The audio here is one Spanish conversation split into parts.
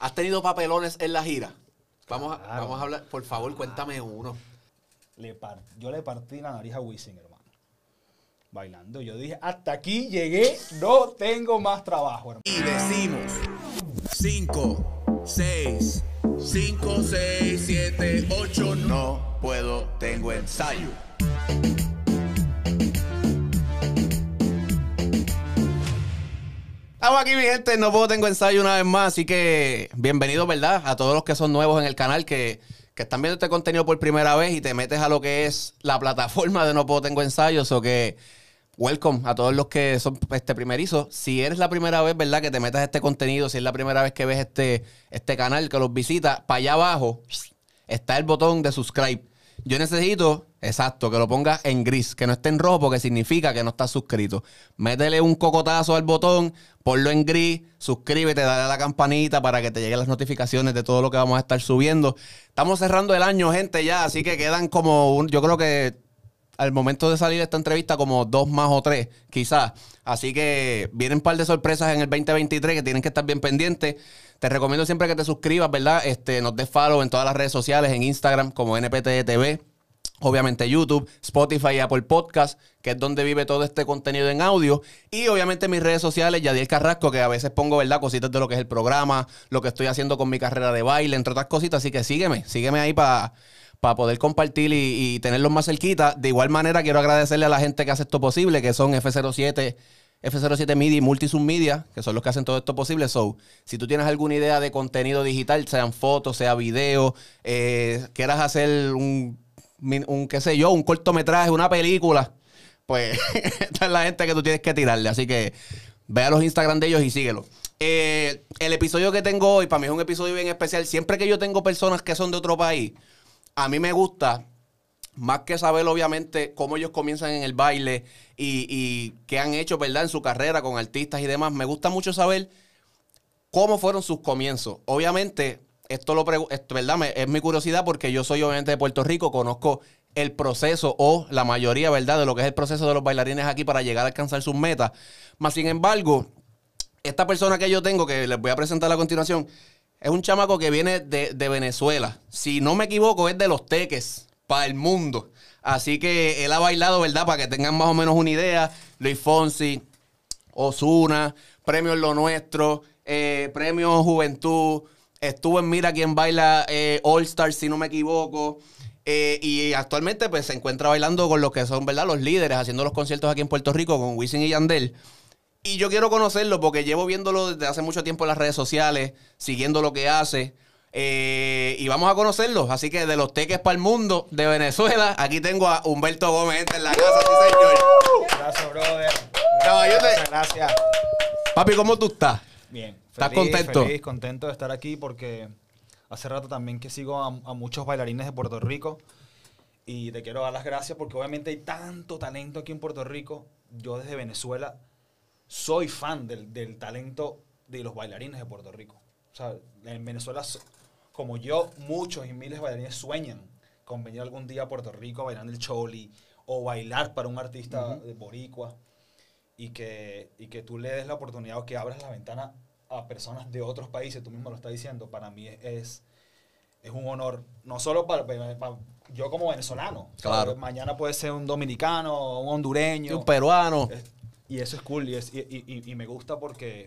¿Has tenido papelones en la gira? Vamos a hablar, por favor, cuéntame uno. Yo le partí la nariz a Wisin, hermano. Bailando. Yo dije, hasta aquí llegué, no tengo más trabajo, hermano. Y decimos 5, 6, 5, 6, 7, 8, no puedo, tengo ensayo. Estamos aquí, mi gente, no puedo, tengo ensayo una vez más, así que bienvenidos, ¿verdad? A todos los que son nuevos en el canal, que están viendo este contenido por primera vez y te metes a lo que es la plataforma de No Puedo Tengo Ensayos, o que welcome a todos los que son primerizos. Si eres la primera vez, ¿verdad?, que te metas a este contenido, si es la primera vez que ves este canal, que los visitas, para allá abajo está el botón de subscribe. Yo necesito, exacto, que lo pongas en gris, que no esté en rojo porque significa que no estás suscrito. Métele un cocotazo al botón, ponlo en gris, suscríbete, dale a la campanita para que te lleguen las notificaciones de todo lo que vamos a estar subiendo. Estamos cerrando el año, gente, ya, así que quedan como, yo creo que al momento de salir esta entrevista, como 2 más o 3, quizás. Así que vienen un par de sorpresas en el 2023 que tienen que estar bien pendientes. Te recomiendo siempre que te suscribas, ¿verdad? Nos des follow en todas las redes sociales, en Instagram como NPTTV, obviamente YouTube, Spotify y Apple Podcast, que es donde vive todo este contenido en audio. Y obviamente mis redes sociales, Yadiel Carrasco, que a veces pongo, ¿verdad?, cositas de lo que es el programa, lo que estoy haciendo con mi carrera de baile, entre otras cositas. Así que sígueme ahí para poder compartir y tenerlos más cerquita. De igual manera, quiero agradecerle a la gente que hace esto posible, que son F07 Media y Multisum Media, que son los que hacen todo esto posible. So, si tú tienes alguna idea de contenido digital, sean fotos, sea video, quieras hacer un qué sé yo, un cortometraje, una película, pues esta es la gente que tú tienes que tirarle. Así que ve a los Instagram de ellos y síguelos. El episodio que tengo hoy, para mí es un episodio bien especial. Siempre que yo tengo personas que son de otro país, a mí me gusta, más que saber obviamente cómo ellos comienzan en el baile y qué han hecho, ¿verdad?, en su carrera con artistas y demás. Me gusta mucho saber cómo fueron sus comienzos. Obviamente, esto, ¿verdad?, es mi curiosidad porque yo soy obviamente de Puerto Rico, conozco el proceso o la mayoría, ¿verdad?, de lo que es el proceso de los bailarines aquí para llegar a alcanzar sus metas. Más sin embargo, esta persona que yo tengo, que les voy a presentar a continuación, es un chamaco que viene de Venezuela. Si no me equivoco, es de Los Teques, para el mundo. Así que él ha bailado, ¿verdad?, para que tengan más o menos una idea. Luis Fonsi, Ozuna, Premio Lo Nuestro, Premio Juventud. Estuvo en Mira Quién Baila All Stars, si no me equivoco. Y actualmente pues se encuentra bailando con los que son, ¿verdad?, los líderes, haciendo los conciertos aquí en Puerto Rico con Wisin y Yandel. Y yo quiero conocerlo porque llevo viéndolo desde hace mucho tiempo en las redes sociales, siguiendo lo que hace. Y vamos a conocerlo. Así que de Los Teques para el mundo, de Venezuela, aquí tengo a Humberto Gómez, gente, en la casa, sí, señor. Gracias, brother. Gracias. Papi, ¿cómo tú estás? Bien. ¿Estás contento? Feliz, contento de estar aquí porque hace rato también que sigo a muchos bailarines de Puerto Rico y te quiero dar las gracias porque obviamente hay tanto talento aquí en Puerto Rico. Yo desde Venezuela soy fan del talento de los bailarines de Puerto Rico. O sea, en Venezuela, como yo, muchos y miles de bailarines sueñan con venir algún día a Puerto Rico bailando el choli o bailar para un artista de boricua y que tú le des la oportunidad o que abras la ventana a personas de otros países, tú mismo lo estás diciendo, para mí es un honor, no solo para yo como venezolano, claro. ¿sabes? Mañana puede ser un dominicano, un hondureño, un peruano. Y eso es cool y me gusta porque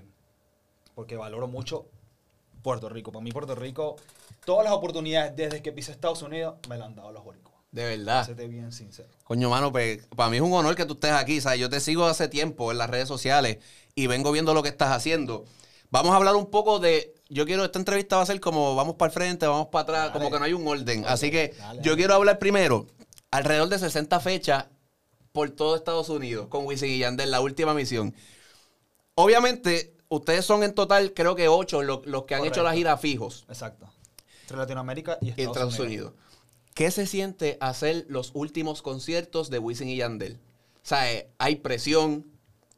valoro mucho Puerto Rico. Para mí Puerto Rico, todas las oportunidades desde que pisé Estados Unidos me las han dado los boricuas. De verdad. Séte bien sincero. Coño, mano, pues, para mí es un honor que tú estés aquí. ¿Sabes? Yo te sigo hace tiempo en las redes sociales y vengo viendo lo que estás haciendo. Vamos a hablar un poco esta entrevista va a ser como vamos para el frente, vamos para atrás, como que no hay un orden. Así que yo quiero hablar primero, alrededor de 60 fechas por todo Estados Unidos con Wisin y Yandel, la última misión. Obviamente, ustedes son en total, creo que 8 los que han hecho la gira fijos. Exacto. Entre Latinoamérica y Estados Unidos. ¿Qué se siente hacer los últimos conciertos de Wisin y Yandel? O sea, hay presión.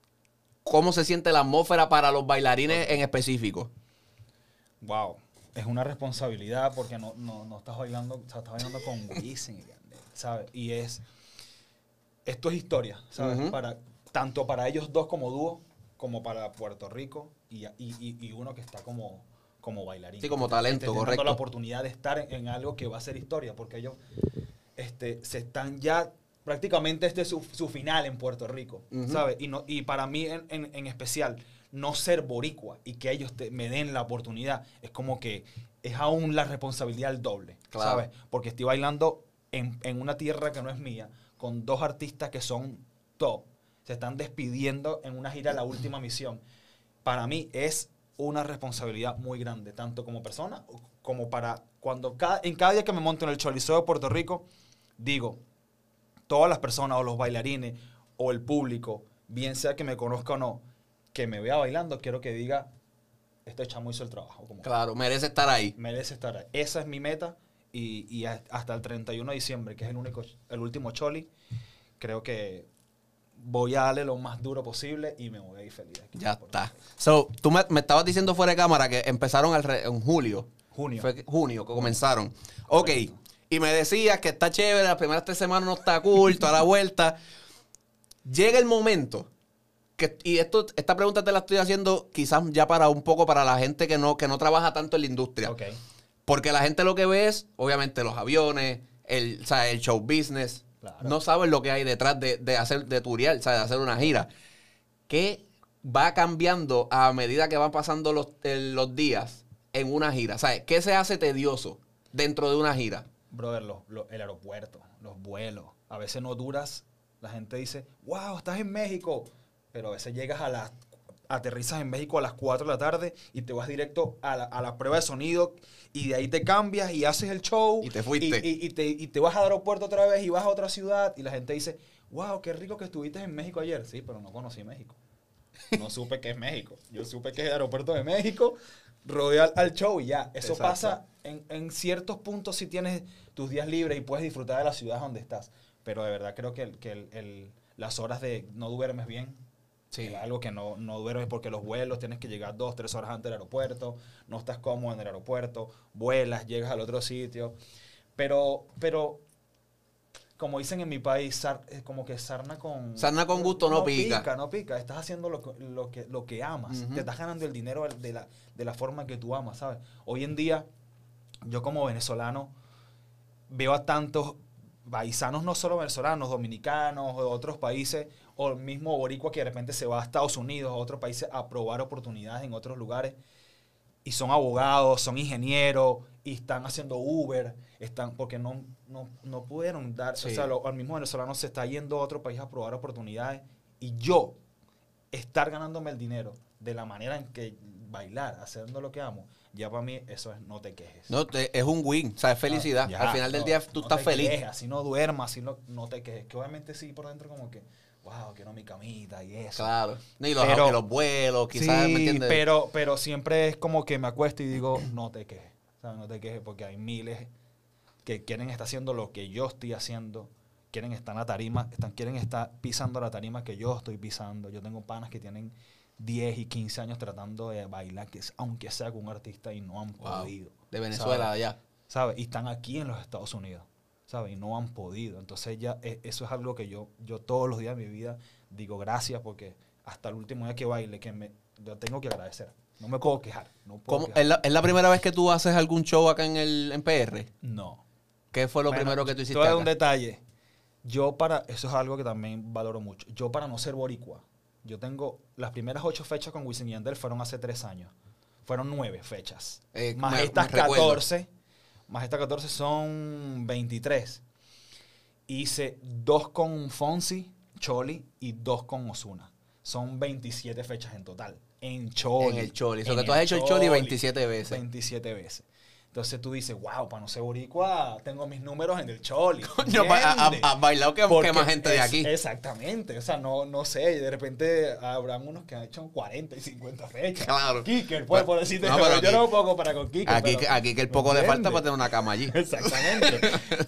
¿Cómo se siente la atmósfera para los bailarines en específico? Wow. Es una responsabilidad porque no estás bailando, o sea, estás bailando con Wisin y Yandel, ¿sabes? Y esto es historia, ¿sabes? Tanto para ellos dos como dúo, como para Puerto Rico y uno que está como como bailarín. Sí, como talento, te estén dando correcto. la oportunidad de estar en algo que va a ser historia, porque ellos se están ya prácticamente este es su final en Puerto Rico, ¿sabes? Y para mí en especial, no ser boricua y que ellos me den la oportunidad, es como que es aún la responsabilidad al doble, claro. ¿sabes? Porque estoy bailando en una tierra que no es mía, con dos artistas que son top, se están despidiendo en una gira La Última Misión. Para mí es una responsabilidad muy grande, tanto como persona como para cuando en cada día que me monto en el Choliseo de Puerto Rico, digo, todas las personas o los bailarines o el público, bien sea que me conozca o no, que me vea bailando, quiero que diga, este chamo hizo el trabajo. Claro, merece estar ahí. Merece estar ahí. Esa es mi meta y hasta el 31 de diciembre, que es el último Choli, creo que voy a darle lo más duro posible y me voy a ir feliz. Ya está. So, tú me estabas diciendo fuera de cámara que empezaron en julio. Junio. Fue junio que comenzaron. Ok. Y me decías que está chévere, las primeras 3 semanas no está cool, toda la vuelta. Llega el momento, y esta pregunta te la estoy haciendo quizás ya para un poco para la gente que no trabaja tanto en la industria. Okay. Porque la gente lo que ve es, obviamente, los aviones, el show business. Claro. No saben lo que hay detrás de turear, de hacer una gira. ¿Qué va cambiando a medida que van pasando los días en una gira? ¿Sabes? ¿Qué se hace tedioso dentro de una gira? Brother, el aeropuerto, los vuelos. A veces no duras. La gente dice, wow, estás en México. Pero a veces llegas aterrizas en México a las 4 de la tarde y te vas directo a la prueba de sonido y de ahí te cambias y haces el show. Y te fuiste. Y te vas al aeropuerto otra vez y vas a otra ciudad y la gente dice, wow, qué rico que estuviste en México ayer. Sí, pero no conocí México. No supe que es México. Yo supe que es el aeropuerto de México. Rodea al show y ya. Eso exacto. Pasa en ciertos puntos si tienes tus días libres y puedes disfrutar de la ciudad donde estás. Pero de verdad creo que las horas de no duermes bien, sí. Algo que no duermes porque los vuelos tienes que llegar 2, 3 horas antes del aeropuerto, no estás cómodo en el aeropuerto, vuelas, llegas al otro sitio. Pero como dicen en mi país, como que sarna con gusto no pica. No pica. Estás haciendo lo que amas. Te estás ganando el dinero de la forma que tú amas, ¿sabes? Hoy en día, yo como venezolano, veo a tantos paisanos, no solo venezolanos, dominicanos, o de otros países, o el mismo boricua que de repente se va a Estados Unidos, a otros países, a probar oportunidades en otros lugares. Y son abogados, son ingenieros, y están haciendo Uber, porque no pudieron dar, sí. O sea, al mismo venezolano se está yendo a otro país a probar oportunidades, y yo estar ganándome el dinero de la manera en que bailar, haciendo lo que amo, ya para mí eso es no te quejes. No, es un win, o sea, es felicidad. Ya, al final del día tú estás feliz. Quejes, así no duermas, así no te quejes. Que obviamente sí, por dentro como que, wow, quiero mi camita y eso. Claro. Y los vuelos, quizás, sí, ¿me entiendes? Pero siempre es como que me acuesto y digo, no te quejes. O sea, no te quejes porque hay miles que quieren estar haciendo lo que yo estoy haciendo. Quieren estar en la tarima, quieren estar pisando la tarima que yo estoy pisando. Yo tengo panas que tienen 10 y 15 años tratando de bailar, aunque sea con un artista, y no han podido. De Venezuela, allá. ¿Sabes? Y están aquí en los Estados Unidos, ¿sabes? Y no han podido. Entonces ya eso es algo que yo todos los días de mi vida digo gracias, porque hasta el último día que baile, yo tengo que agradecer. No me puedo quejar. ¿Es la primera vez que tú haces algún show acá en PR? No. ¿Qué fue lo primero que tú hiciste acá? Todo un detalle. Eso es algo que también valoro mucho. Yo, para no ser boricua, yo tengo las primeras 8 fechas con Wisin y Yandel fueron hace 3 años. Fueron 9 fechas. Más estas 14. Más estas 14 son 23. Hice 2 con Fonsi, Choli, y 2 con Ozuna. Son 27 fechas en total. En Choli. En el Choli. Eso que tú has hecho el Choli 27 veces. 27 veces. Entonces tú dices, wow, para no ser boricua, tengo mis números en el Choli. Coño, has bailado que más gente de aquí. Exactamente. O sea, no sé. De repente habrán unos que han hecho 40 y 50 fechas. Claro. Kicker, pues, por decirte. No, yo no me puedo comparar con Kicker. Aquí que el poco le falta para tener una cama allí. Exactamente.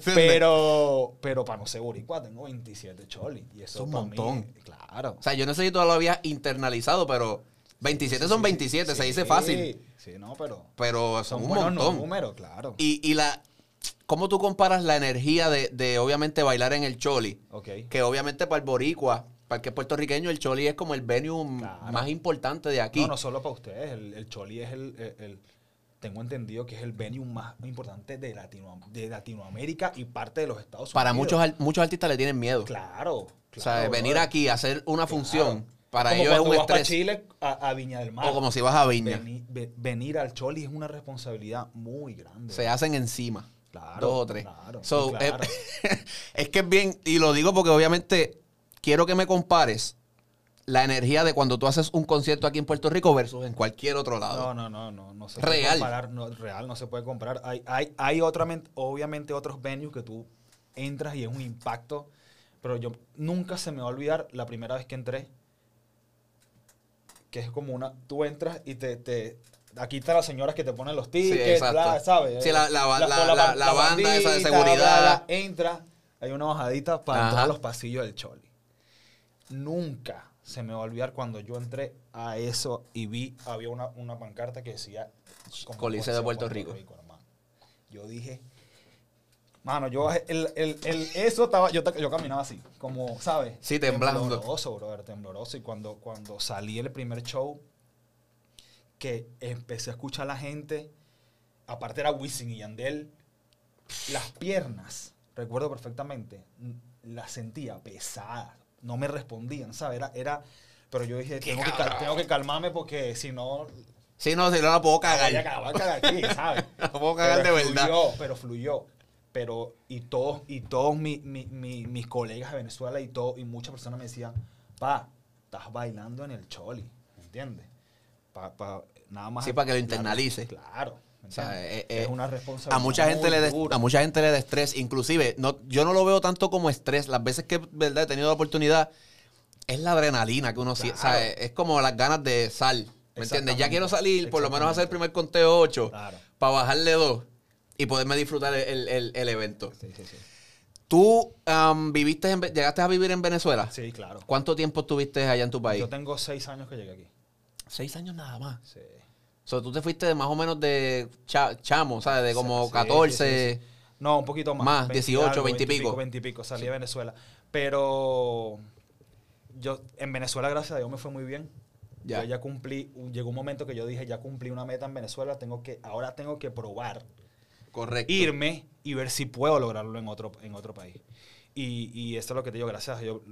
pero para no ser boricua, tengo 27 Choli. Y eso es un montón. Mí, claro. O sea, yo no sé si tú lo habías internalizado, pero 27 son 27, se dice fácil. Sí, no, pero son un montón. Números, claro. Y ¿cómo tú comparas la energía de obviamente bailar en el Choli? Okay. Que obviamente para el boricua, para el que es puertorriqueño, el Choli es como el venue más importante de aquí. No solo para ustedes. El Choli es tengo entendido que es el venue más importante de Latinoamérica y parte de los Estados Unidos. Para muchos artistas le tienen miedo. Claro. O sea, venir brother. aquí a hacer una función, para Como ellos es cuando un vas para estrés. Chile a Viña del Mar. O como si vas a Viña. Venir al Choli es una responsabilidad muy grande. Se hacen encima. Claro, 2 o 3. claro, So, sí, claro. Es que es bien, y lo digo porque obviamente quiero que me compares la energía de cuando tú haces un concierto aquí en Puerto Rico versus en cualquier otro lado. No se Real. puede comparar. Real no se puede comparar. Hay obviamente otros venues que tú entras y es un impacto, pero yo nunca se me va a olvidar la primera vez que entré, que es como tú entras y aquí están las señoras que te ponen los tickets, exacto. bla, ¿sabes? Sí, la banda bandita, esa de bla, seguridad. entra, hay una bajadita para Ajá. entrar a los pasillos del Choli. Nunca se me va a olvidar cuando yo entré a eso y había una pancarta que decía Coliseo de Puerto Rico. Hermano. Yo dije, mano, eso estaba, yo caminaba así, como, ¿sabes? Sí, temblando. Tembloroso, brother, tembloroso. Y cuando salí el primer show, que empecé a escuchar a la gente, aparte era Wisin y Yandel, las piernas, recuerdo perfectamente, las sentía pesadas, no me respondían, ¿sabes? Pero yo dije, tengo que calmarme porque si no... Sí, no, si no la puedo cagar. Voy a cagar aquí, ¿sabes? La puedo cagar de verdad. Fluyó. Y todos mis colegas de Venezuela y muchas personas me decían, estás bailando en el Choli, ¿entiendes? Nada más. Sí, para que lo internalice. Claro. O sea, es una responsabilidad. A mucha gente le da estrés. Inclusive, yo no lo veo tanto como estrés. Las veces que verdad he tenido la oportunidad, es la adrenalina que uno siente. O sea, es como las ganas de sal. ¿Me entiendes? Ya quiero salir, por lo menos hacer el primer conteo 8, para bajarle 2 y poderme disfrutar el evento. Sí. ¿Tú llegaste a vivir en Venezuela? Sí, claro. ¿Cuánto tiempo estuviste allá en tu país? Yo tengo 6 años que llegué aquí. 6 años nada más. Sí. O sea, tú te fuiste de más o menos de chamo, ¿sabes? De como 14. Sí. No, un poquito más. Más, 18, 20 y pico. 20 y pico, salí de Venezuela. Pero yo en Venezuela, gracias a Dios, me fue muy bien. Ya. Yo ya cumplí, llegó un momento que yo dije, ya cumplí una meta en Venezuela, ahora tengo que probar. Correcto. Irme y ver si puedo lograrlo en otro país. Y eso es lo que te digo, gracias a Dios.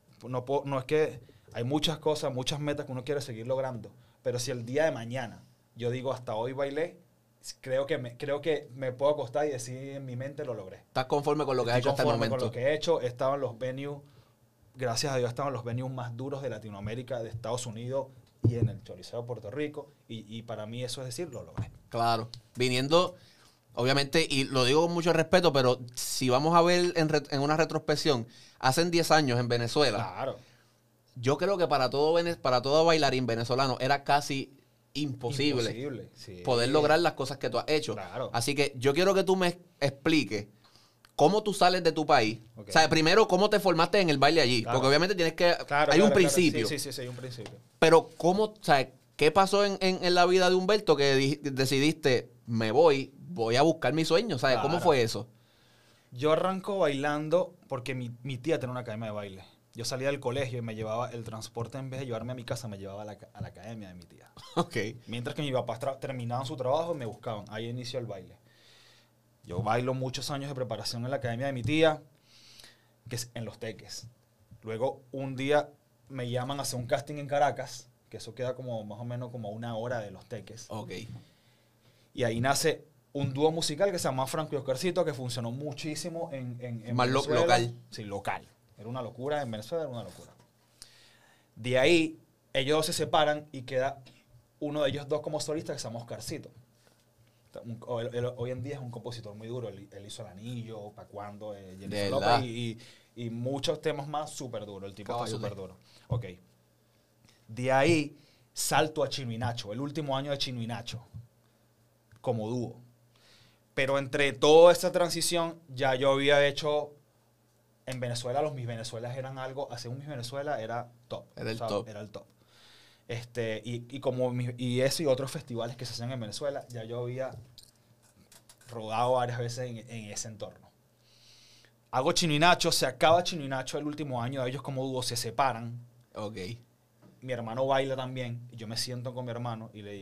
No es que hay muchas cosas, muchas metas que uno quiere seguir logrando, pero si el día de mañana yo digo hasta hoy bailé, creo que me puedo acostar y decir en mi mente lo logré. ¿Estás conforme con lo que has hecho hasta el momento? Con lo que he hecho, estaban los venues, gracias a Dios, estaban los venues más duros de Latinoamérica, de Estados Unidos y en el Choliseo de Puerto Rico. Y para mí eso es decir, lo logré. Claro. Viniendo, obviamente, y lo digo con mucho respeto, pero si vamos a ver en una retrospección, hace 10 años en Venezuela, Claro. yo creo que para todo bailarín venezolano era casi imposible sí. poder lograr las cosas que tú has hecho. Claro. Así que yo quiero que tú me expliques cómo tú sales de tu país. Ok. O sea, primero, cómo te formaste en el baile allí. Claro. Porque obviamente tienes que... Claro, hay un claro. principio. Sí, hay un principio. Pero cómo, o sea, ¿qué pasó en la vida de Humberto que decidiste, voy a buscar mi sueño? ¿Sabes? ¿Cómo Claro. fue eso? Yo arranco bailando porque mi tía tenía una academia de baile. Yo salía del colegio y me llevaba el transporte, en vez de llevarme a mi casa, me llevaba a la academia de mi tía. Ok. Mientras que mis papás terminaban su trabajo y me buscaban. Ahí inició el baile. Yo bailo muchos años de preparación en la academia de mi tía, que es en Los Teques. Luego, un día me llaman a hacer un casting en Caracas, que eso queda como más o menos como 1 hora de Los Teques. Ok. Y ahí nace un dúo musical que se llama Franco y Oscarcito, que funcionó muchísimo en Más Venezuela. local. Sí, local. Era una locura. En Venezuela era una locura. De ahí, ellos dos se separan y queda uno de ellos dos como solista que se llama Oscarcito. Hoy en día es un compositor muy duro. Él hizo El Anillo, Pa' Cuando, Jennifer ¿Verdad? López y muchos temas más súper duro. El tipo está Caballo, súper duro. Ok. De ahí salto a Chino y Nacho. El último año de Chino y Nacho. Como dúo. Pero entre toda esa transición, ya yo había hecho... En Venezuela, los Miss Venezuelas eran algo... Según Miss Venezuela, era top. Era el top. Era el top. Y eso y otros festivales que se hacían en Venezuela, ya yo había rodado varias veces en ese entorno. Hago Chino y Nacho, se acaba Chino y Nacho el último año, ellos como dúo se separan. Ok. Mi hermano baila también, y yo me siento con mi hermano y le digo,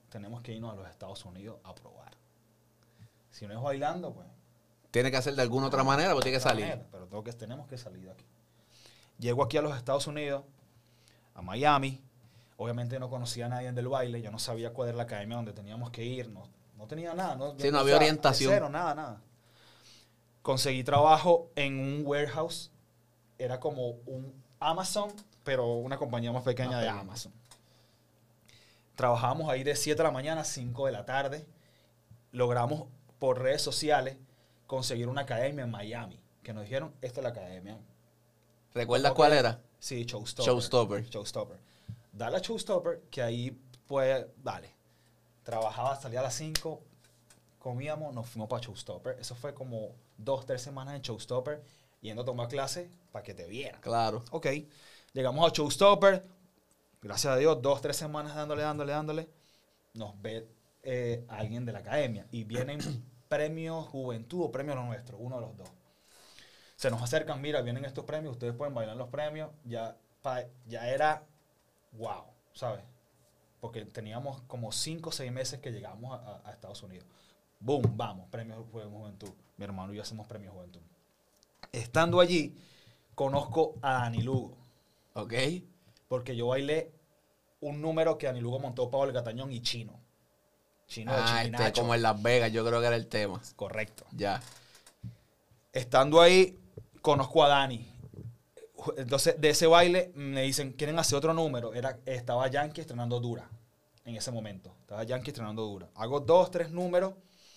tenemos que irnos a los Estados Unidos a probar. Si no es bailando, pues... Tiene que hacer de alguna otra manera, porque tiene que salir. Pero tenemos que salir de aquí. Llego aquí a los Estados Unidos, a Miami. Obviamente no conocía a nadie del baile. Yo no sabía cuál era la academia donde teníamos que ir. No tenía nada. No había orientación. Cero, nada. Conseguí trabajo en un warehouse. Era como un Amazon, pero una compañía más pequeña de Amazon. Trabajábamos ahí de 7 de la mañana a 5 de la tarde. Logramos por redes sociales conseguir una academia en Miami. Que nos dijeron, esta es la academia. ¿Recuerdas cuál era? Sí, Showstopper. Showstopper. Dale a Showstopper, que ahí pues, dale. Trabajaba, salía a las 5, comíamos, nos fuimos para Showstopper. Eso fue como 2-3 semanas en Showstopper, yendo a tomar clases para que te vieran. Claro. Ok. Llegamos a Showstopper, gracias a Dios, 2-3 semanas dándole. Nos ve alguien de la academia y vienen premios juventud o premios nuestros, uno de los dos. Se nos acercan, mira, vienen estos premios, ustedes pueden bailar los premios. Ya era wow, ¿sabes? Porque teníamos como 5 o 6 meses que llegamos a Estados Unidos. Boom, vamos, premios juventud. Mi hermano y yo hacemos premios juventud. Estando allí, conozco a Dani Lugo. Ok. Porque yo bailé un número que Dani Lugo montó Pablo Catañón y Chino. Chino de Chirinacho. Como en Las Vegas, yo creo que era el tema. Correcto. Ya. Estando ahí, conozco a Dani. Entonces, de ese baile, me dicen, ¿quieren hacer otro número? Estaba Yankee estrenando Dura en ese momento. Estaba Yankee estrenando Dura. Hago 2-3 números.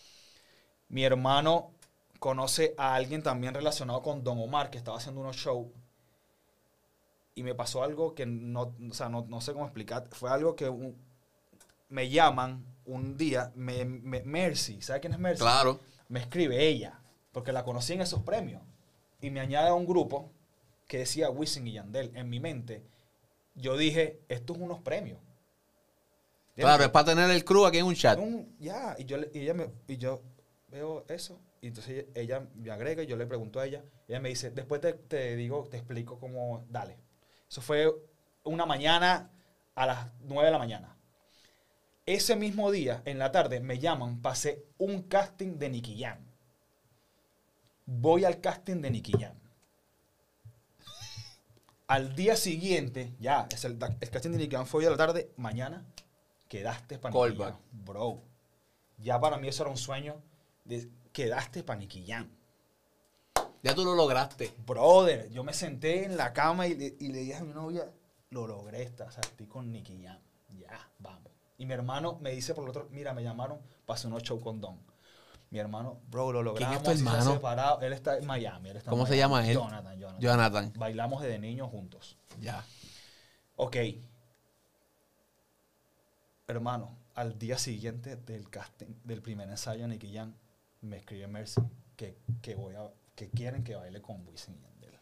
Mi hermano conoce a alguien también relacionado con Don Omar, que estaba haciendo unos shows. Y me pasó algo que no sé cómo explicar. Fue algo que me llaman un día, Mercy. ¿Sabe quién es Mercy? Claro. Me escribe ella, porque la conocí en esos premios. Y me añade a un grupo que decía Wisin y Yandel. En mi mente, yo dije, estos son unos premios. Claro, es para tener el crew aquí en un chat. Y yo veo eso. Y entonces ella me agrega y yo le pregunto a ella. Ella me dice, después te explico cómo, dale. Eso fue una mañana a las 9 de la mañana. Ese mismo día, en la tarde, me llaman, pasé un casting de Nicky Jam. Voy al casting de Nicky Jam. Al día siguiente, ya, el casting de Nicky Jam fue hoy a la tarde, mañana quedaste para Nicky Jam. Bro, ya para mí eso era un sueño, quedaste para Nicky Jam. Ya tú lo lograste. Brother, yo me senté en la cama y le dije a mi novia, lo logré, estoy con Nicky Jam. Ya, vamos. Y mi hermano me dice por el otro, mira, me llamaron para hacer unos shows con Don. Mi hermano, bro, lo logramos. ¿Quién es tu hermano? Separado. Él está en Miami. ¿Cómo se llama él? Jonathan. Bailamos desde niños juntos. Ya. Ok. Hermano, al día siguiente del casting, del primer ensayo de Nicky Jam, me escribe Mercy que quieren que baile con Wisin y Yandel.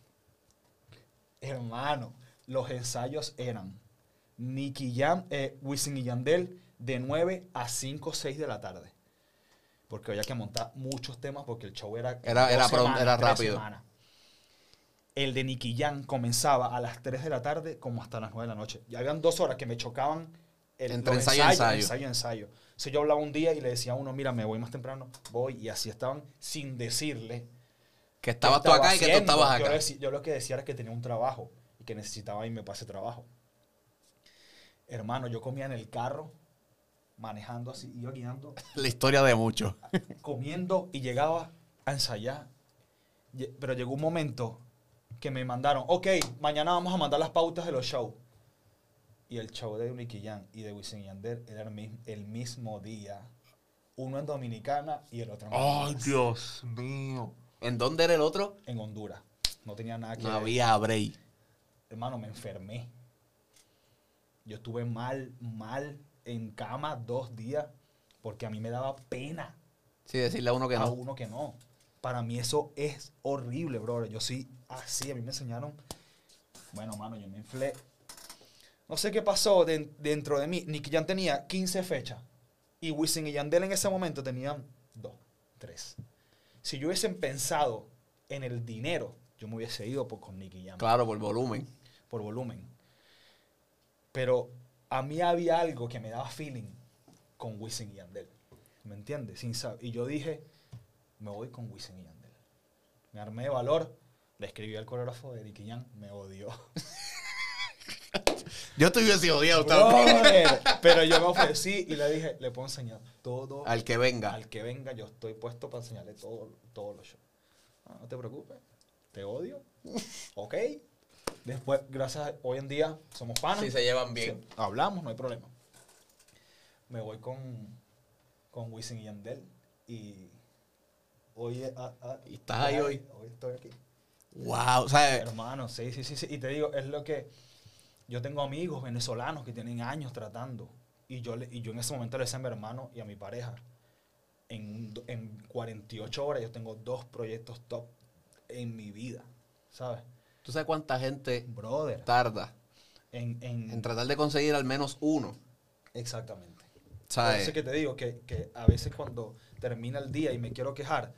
Hermano, los ensayos eran Nicky Jam, Wisin y Yandel de 9 a 5 o 6 de la tarde. Porque había que montar muchos temas porque el show era rápido. Semanas. El de Nicky Jam comenzaba a las 3 de la tarde como hasta las 9 de la noche. Y habían 2 horas que me chocaban entre ensayo. Entonces yo hablaba un día y le decía a uno, mira, me voy más temprano, voy. Y así estaban sin decirle que estabas tú acá haciendo, y que tú estabas acá. Yo lo que decía era que tenía un trabajo y que necesitaba irme para ese trabajo. Hermano, yo comía en el carro, manejando así, iba guiando. La historia de muchos. Comiendo y llegaba a ensayar. Pero llegó un momento que me mandaron, ok, mañana vamos a mandar las pautas de los shows. Y el show de Nicky Jam y de Wisin y Yandel era el mismo día. Uno en Dominicana y el otro en Honduras. ¡Ay, Dios mío! ¿En dónde era el otro? En Honduras. No tenía nada que ver. No había break. Hermano, me enfermé. Yo estuve mal en cama 2 días porque a mí me daba pena. Sí, decirle a uno que no. A uno que no. Para mí eso es horrible, bro. Yo sí, así, a mí me enseñaron. Bueno, mano, yo me inflé. No sé qué pasó dentro de mí. Nicky Jam tenía 15 fechas. Y Wisin y Yandel en ese momento tenían 2, 3. Si yo hubiesen pensado en el dinero, yo me hubiese ido con Nicky Jam. Claro, por volumen. Por volumen. Pero a mí había algo que me daba feeling. con Wisin y Yandel. ¿Me entiendes? Sin saber. Y yo dije, me voy con Wisin y Yandel. Me armé de valor, le escribí al coreógrafo de Nicky Jam, me odió. Yo te hubiese odiado también. Pero yo me ofrecí y le dije, le puedo enseñar todo. Al que venga. Al que venga, yo estoy puesto para enseñarle todos los shows. No te preocupes, te odio. Ok. Después, hoy en día somos panas. Sí, se llevan bien. Sí, hablamos, no hay problema. Me voy con Wisin y Yandel y hoy... ¿Y estás ahí hoy? Hoy estoy aquí. Wow, ¿sabes? Hermano, sí. Y te digo, es lo que... Yo tengo amigos venezolanos que tienen años tratando y yo en ese momento le decía a mi hermano y a mi pareja, en 48 horas yo tengo 2 proyectos top en mi vida, ¿sabes? ¿Tú sabes cuánta gente Brother, tarda en tratar de conseguir al menos uno? Exactamente. ¿Sabes? Por eso es que te digo que a veces cuando termina el día y me quiero quejar,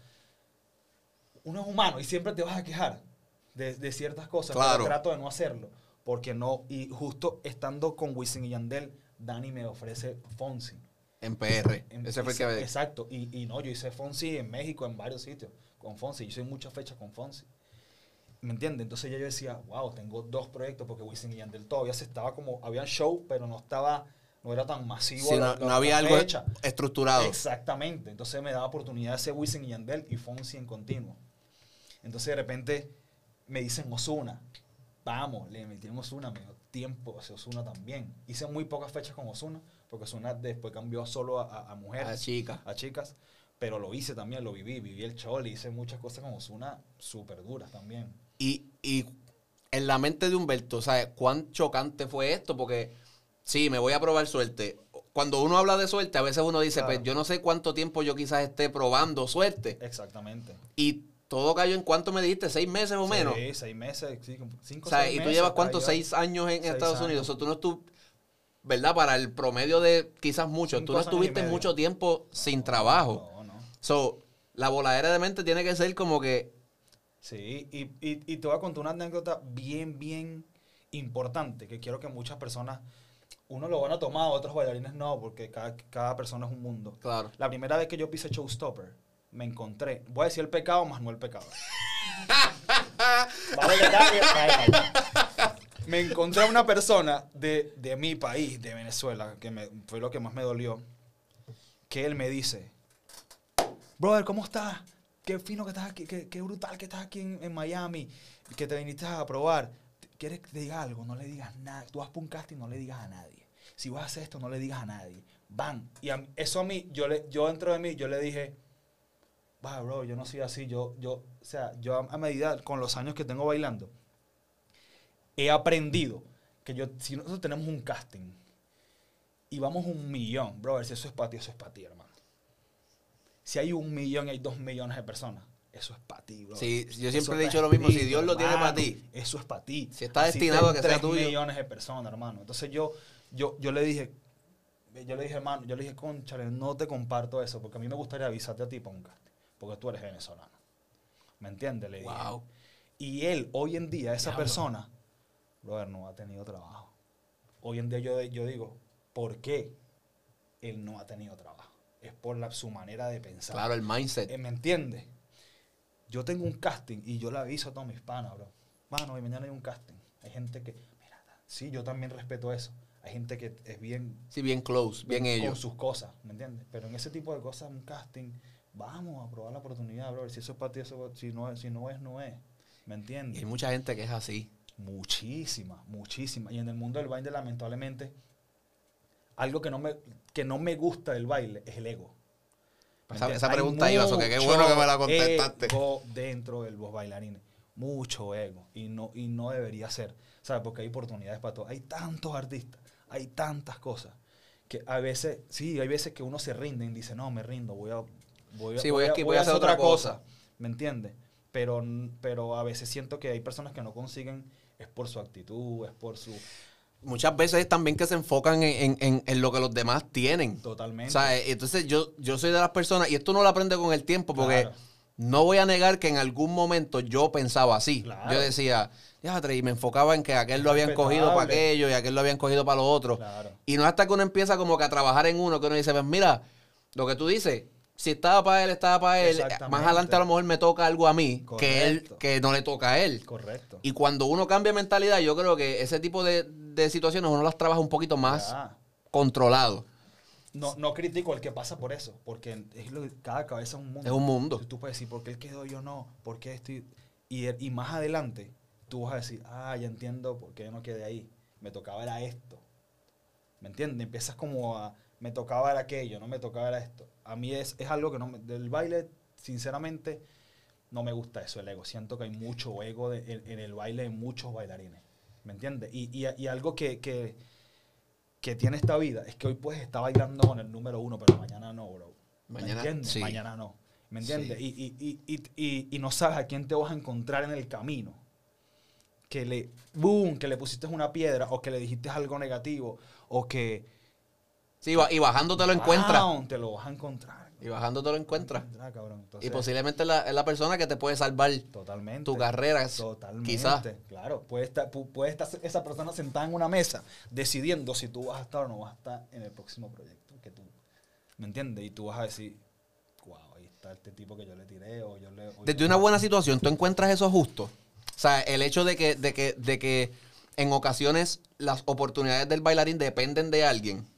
uno es humano y siempre te vas a quejar de ciertas cosas, claro. Pero trato de no hacerlo. Porque no, y justo estando con Wisin y Yandel, Dani me ofrece Fonsi. En PR. Ese fue el que... Exacto. Y no, yo hice Fonsi en México, en varios sitios, con Fonsi. Yo hice muchas fechas con Fonsi. ¿Me entiendes? Entonces ya yo decía, wow, tengo 2 proyectos, porque Wisin y Yandel todavía se estaba como, había show, pero no era tan masivo. Sí, no había algo estructurado. Exactamente. Entonces me daba oportunidad de hacer Wisin y Yandel y Fonsi en continuo. Entonces de repente me dicen Ozuna. Vamos, le metimos Ozuna, me dio tiempo hacer Ozuna también. Hice muy pocas fechas con Ozuna, porque Ozuna después cambió solo a mujeres. A chicas. Pero lo hice también, lo viví el show, hice muchas cosas con Ozuna súper duras también. Y en la mente de Humberto, ¿sabes cuán chocante fue esto? Porque sí, me voy a probar suerte. Cuando uno habla de suerte, a veces uno dice, claro. Pues yo no sé cuánto tiempo yo quizás esté probando suerte. Exactamente. Y todo cayó en cuánto me dijiste, 6 meses o menos. Sí, 6 meses, sí, 5 o sea, 6 meses. ¿Y tú llevas cuántos? 6 años en Estados Unidos. O sea, tú no estuviste, ¿verdad? Para el promedio de quizás muchos, tú no estuviste mucho tiempo sin trabajo. No. So, la voladera de mente tiene que ser como que... Sí, y te voy a contar una anécdota bien importante, que quiero que muchas personas, unos lo van a tomar, otros bailarines no, porque cada persona es un mundo. Claro. La primera vez que yo pisé Showstopper, me encontré, voy a decir el pecado más no el pecado. Me encontré a una persona de mi país, de Venezuela, que fue lo que más me dolió, que él me dice, brother, ¿cómo estás? Qué fino que estás aquí, qué brutal que estás aquí en Miami, que te viniste a probar. ¿Quieres que te diga algo? No le digas nada. Tú vas por un casting, no le digas a nadie. Si vas a hacer esto, no le digas a nadie. Van. Y eso a mí, yo dentro de mí, yo le dije, va, bro, yo no soy así. Yo a medida, con los años que tengo bailando, he aprendido que si nosotros tenemos un casting y vamos 1 millón, bro, si eso es para ti, hermano. Si hay 1 millón y hay 2 millones de personas, eso es para ti, bro. Sí, yo siempre he dicho lo mismo, si Dios lo tiene para ti. Eso es para ti. Si está destinado a que sea tuyo. 3 millones de personas, hermano. Entonces yo le dije, hermano, cónchale, no te comparto eso, porque a mí me gustaría avisarte a ti para un casting, porque tú eres venezolano. ¿Me entiendes? Le dije. Wow. Y él, hoy en día, esa persona, brother, no ha tenido trabajo. Hoy en día yo digo, ¿por qué él no ha tenido trabajo? Es por su manera de pensar. Claro, el mindset. ¿Me entiendes? Yo tengo un casting y yo le aviso a todos mis panas, bro. Mano, hoy mañana hay un casting. Hay gente que, mira, sí, yo también respeto eso. Hay gente que es bien... Sí, bien close, bien ellos. Con sus cosas, ¿me entiendes? Pero en ese tipo de cosas, un casting, vamos a probar la oportunidad, bro. Si eso es para ti, si no es, no es. ¿Me entiendes? Y hay mucha gente que es así. Muchísima. Y en el mundo del baile, lamentablemente, algo que no me gusta del baile es el ego. Esa pregunta iba, que qué bueno que me la contestaste. Ego dentro de los bailarines. Mucho ego. Y no debería ser. ¿Sabes? Porque hay oportunidades para todo. Hay tantos artistas. Hay tantas cosas. Que a veces, sí, hay veces que uno se rinde y dice, no, me rindo. Voy a hacer otra cosa. ¿Me entiendes? Pero a veces siento que hay personas que no consiguen, es por su actitud, es por su... Muchas veces también que se enfocan en lo que los demás tienen. Totalmente. O sea, entonces yo soy de las personas, y esto no lo aprende con el tiempo, porque no voy a negar que en algún momento yo pensaba así. Claro. Yo decía, y me enfocaba en que aquel lo habían cogido para aquello y aquel lo habían cogido para lo otro. Claro. Y no es hasta que uno empieza como que a trabajar en uno, que uno dice, pues mira, lo que tú dices, si estaba para él, estaba para él. Más adelante a lo mejor me toca algo a mí que no le toca a él. Correcto. Y cuando uno cambia de mentalidad, yo creo que ese tipo de situaciones uno las trabaja un poquito más controlado. No critico al que pasa por eso, porque cada cabeza es un mundo. Es un mundo. Entonces, tú puedes decir, ¿por qué él quedó yo no? ¿Por qué estoy...? Y más adelante, tú vas a decir, ya entiendo por qué yo no quedé ahí. Me tocaba era esto. ¿Me entiendes? Empiezas como a... Me tocaba era aquello, no me tocaba era esto. A mí es algo que no del baile, sinceramente, no me gusta eso, el ego. Siento que hay mucho ego en el baile de muchos bailarines. ¿Me entiendes? Y algo que tiene esta vida es que hoy puedes estar bailando con el número 1, pero mañana no, bro. ¿Me entiendes? Sí. Mañana no. ¿Me entiendes? Sí. Y no sabes a quién te vas a encontrar en el camino. Que le pusiste una piedra, o que le dijiste algo negativo, o que... Sí, y bajando te lo encuentras. Te lo vas a encontrar. Y bajando te lo encuentras. Cabrón. Entonces, y posiblemente es la persona que te puede salvar totalmente, tu carrera. Totalmente. Quizás. Claro, puede estar esa persona sentada en una mesa decidiendo si tú vas a estar o no vas a estar en el próximo proyecto que tú. ¿Me entiendes? Y tú vas a decir, wow, ahí está este tipo que yo le tiré o yo le... Desde una buena situación, ¿tú encuentras eso justo? O sea, el hecho de que en ocasiones las oportunidades del bailarín dependen de alguien.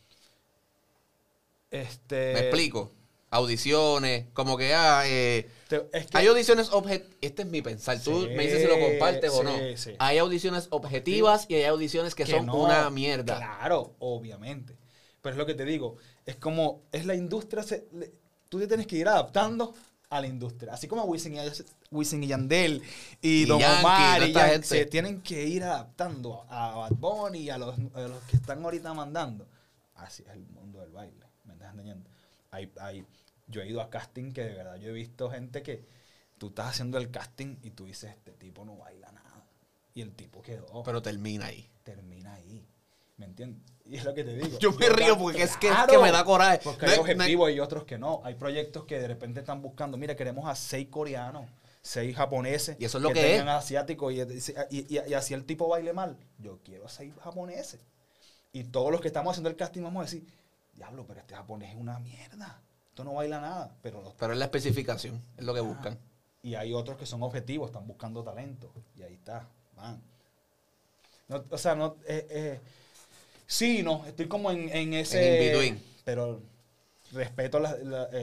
¿Me explico? Audiciones, como que hay audiciones objetivas. Este es mi pensar. Tú me dices si lo compartes o no. Sí. Hay audiciones objetivas y hay audiciones que son una mierda. Claro, obviamente. Pero es lo que te digo. Es como, es la industria. Tú te tienes que ir adaptando a la industria. Así como Wisin y Yandel y Don Omar y Yankee se tienen que ir adaptando a Bad Bunny y a los que están ahorita mandando. Así es el mundo del baile. ¿Me estás entendiendo? Yo he ido a casting que de verdad yo he visto gente que tú estás haciendo el casting y tú dices, este tipo no baila nada. Y el tipo quedó. Pero termina ahí. ¿Me entiendes? Y es lo que te digo. Yo me río porque es que me da coraje. Porque hay objetivos y otros que no. Hay proyectos que de repente están buscando, mira, queremos a 6 coreanos, 6 japoneses. Y eso es lo que tengan asiáticos y así el tipo baile mal. Yo quiero a 6 japoneses. Y todos los que estamos haciendo el casting vamos a decir, diablo, pero este japonés es una mierda. Esto no baila nada. Pero es la especificación, es lo que buscan. Y hay otros que son objetivos, están buscando talento. Y ahí está, van. No, o sea, no... sí, no, estoy como en ese... En in-between. Pero respeto las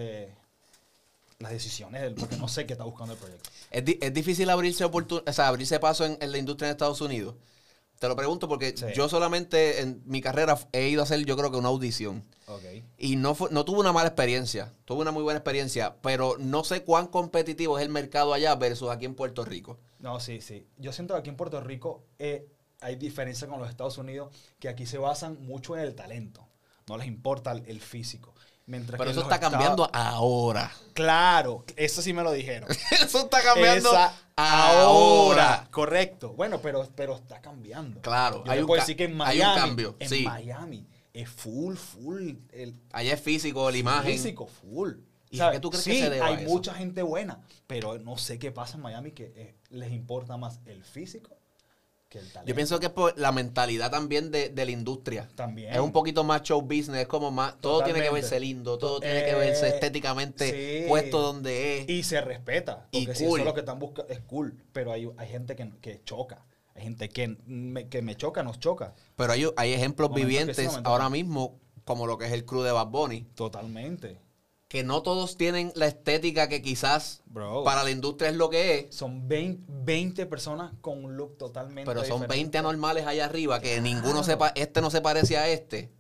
decisiones porque no sé qué está buscando el proyecto. Es difícil abrirse paso en la industria en Estados Unidos. Te lo pregunto porque yo solamente en mi carrera he ido a hacer, yo creo que una audición. Okay. Y no tuve una mala experiencia. Tuve una muy buena experiencia. Pero no sé cuán competitivo es el mercado allá versus aquí en Puerto Rico. No, sí. Yo siento que aquí en Puerto Rico hay diferencia con los Estados Unidos, que aquí se basan mucho en el talento. No les importa el físico. Pero eso está cambiando ahora. Claro, eso sí me lo dijeron. Eso está cambiando ahora. Correcto. Bueno, pero está cambiando. Claro. Yo puedo decir que en Miami, hay un cambio. En Miami es full. Allá es físico, la imagen. Físico, full. ¿Y qué tú crees que se debe a hay eso? mucha gente buena, pero no sé qué pasa en Miami que les importa más el físico que el talento. Yo pienso que es por la mentalidad también de la industria. También. Es un poquito más show business, es como más... Todo tiene que verse lindo, todo tiene que verse estéticamente puesto donde es. Y se respeta. Porque y si eso es lo que están buscando, es cool. Pero hay gente que choca. Hay gente que me choca, nos choca. Pero hay ejemplos vivientes ahora mismo, como lo que es el crew de Bad Bunny. Totalmente. Que no todos tienen la estética que quizás para la industria es lo que es. Son 20 personas con un look totalmente Pero son diferente. 20 anormales allá arriba que ninguno este no se parece a este.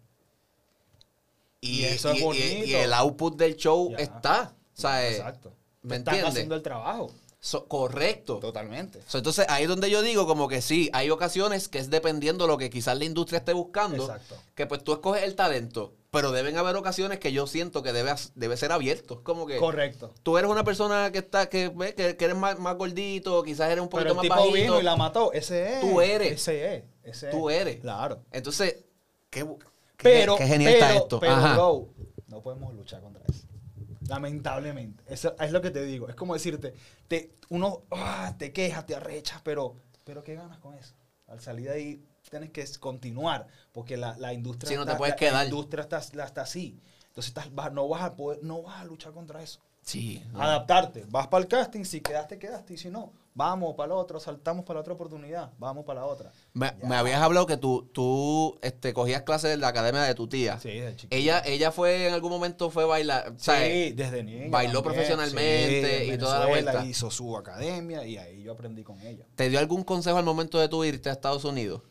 Y eso es bonito. Y el output del show está. O sea, exacto. ¿Me Están entiendes? haciendo el trabajo. Correcto. Totalmente. Entonces ahí es donde yo digo como que sí, hay ocasiones que es dependiendo lo que quizás la industria esté buscando. Exacto. Que pues tú escoges el talento. Pero deben haber ocasiones que yo siento que debe ser abierto. Como que Correcto. tú eres una persona que eres más gordito, quizás eres un poquito pero el más tipo bajito. vino y la mató. Ese es. Tú eres. Ese es. Tú eres. Claro. Entonces, qué Pero, genial está esto. Pero, Ajá. bro, no podemos luchar contra eso. Lamentablemente. Eso es lo que te digo. Es como decirte, uno te quejas, te arrechas, pero ¿qué ganas con eso? Al salir de ahí tienes que continuar, porque la industria Sí, no te puedes quedar. La industria está así. Entonces no vas a luchar contra eso. Sí. No. Adaptarte. Vas para el casting, si quedaste, quedaste. Y si no, vamos para la otra, saltamos para la otra oportunidad, vamos para la otra. Me habías hablado que tú cogías clases de la academia de tu tía. Sí, desde chiquito. Ella fue, en algún momento fue bailar. Sí, desde niña. Bailó también. profesionalmente Sí, y toda la vuelta. Hizo su academia y ahí yo aprendí con ella. ¿Te dio algún consejo al momento de tú irte a Estados Unidos?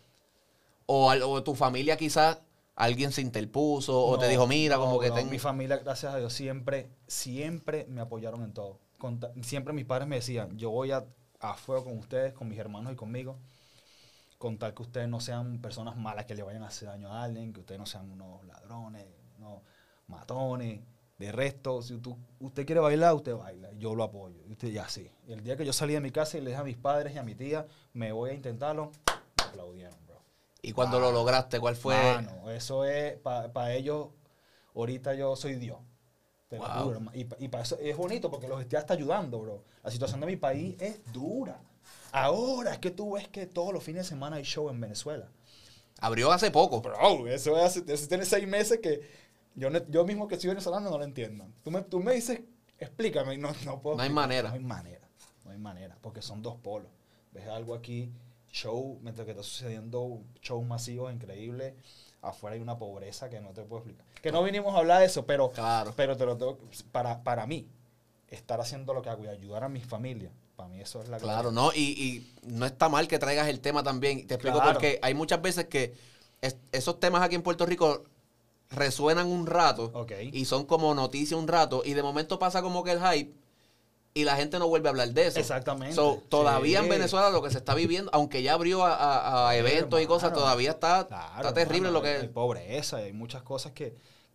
O tu familia quizás, alguien se interpuso o te dijo, mira, como que Mi familia, gracias a Dios, siempre me apoyaron en todo. Siempre mis padres me decían, yo voy a fuego con ustedes, con mis hermanos y conmigo, con tal que ustedes no sean personas malas que le vayan a hacer daño a alguien, que ustedes no sean unos ladrones, unos matones. De resto, si usted quiere bailar, usted baila. Yo lo apoyo. Y usted ya sí. Y el día que yo salí de mi casa y le dije a mis padres y a mi tía, me voy a intentarlo, me aplaudieron, bro. Y cuando lo lograste, ¿cuál fue? Mano, eso es, para ellos, ahorita yo soy Dios. Te lo Wow. juro. Y para eso es bonito porque los estoy hasta ayudando, bro. La situación de mi país es dura. Ahora es que tú ves que todos los fines de semana hay show en Venezuela. Abrió hace poco. Bro, eso tiene 6 meses que yo mismo que soy venezolano no lo entiendo. Tú me dices, explícame, no puedo. No hay explicar. manera. No hay manera, porque son dos polos. Ves algo aquí, show, mientras que está sucediendo shows masivos increíbles, afuera hay una pobreza que no te puedo explicar. Que no vinimos a hablar de eso, pero, Claro. pero te lo tengo, para mí, estar haciendo lo que hago y ayudar a mi familia, para mí eso es la Claro, clave. ¿no? Y no está mal que traigas el tema también. Te explico Claro. porque hay muchas veces que esos temas aquí en Puerto Rico resuenan un rato Ok. y son como noticia un rato y de momento pasa como que el hype y la gente no vuelve a hablar de eso. Exactamente. So, todavía Sí. en Venezuela lo que se está viviendo, aunque ya abrió a eventos y cosas, hermano. todavía está Claro, terrible hermano, lo que hay pobreza, hay muchas cosas que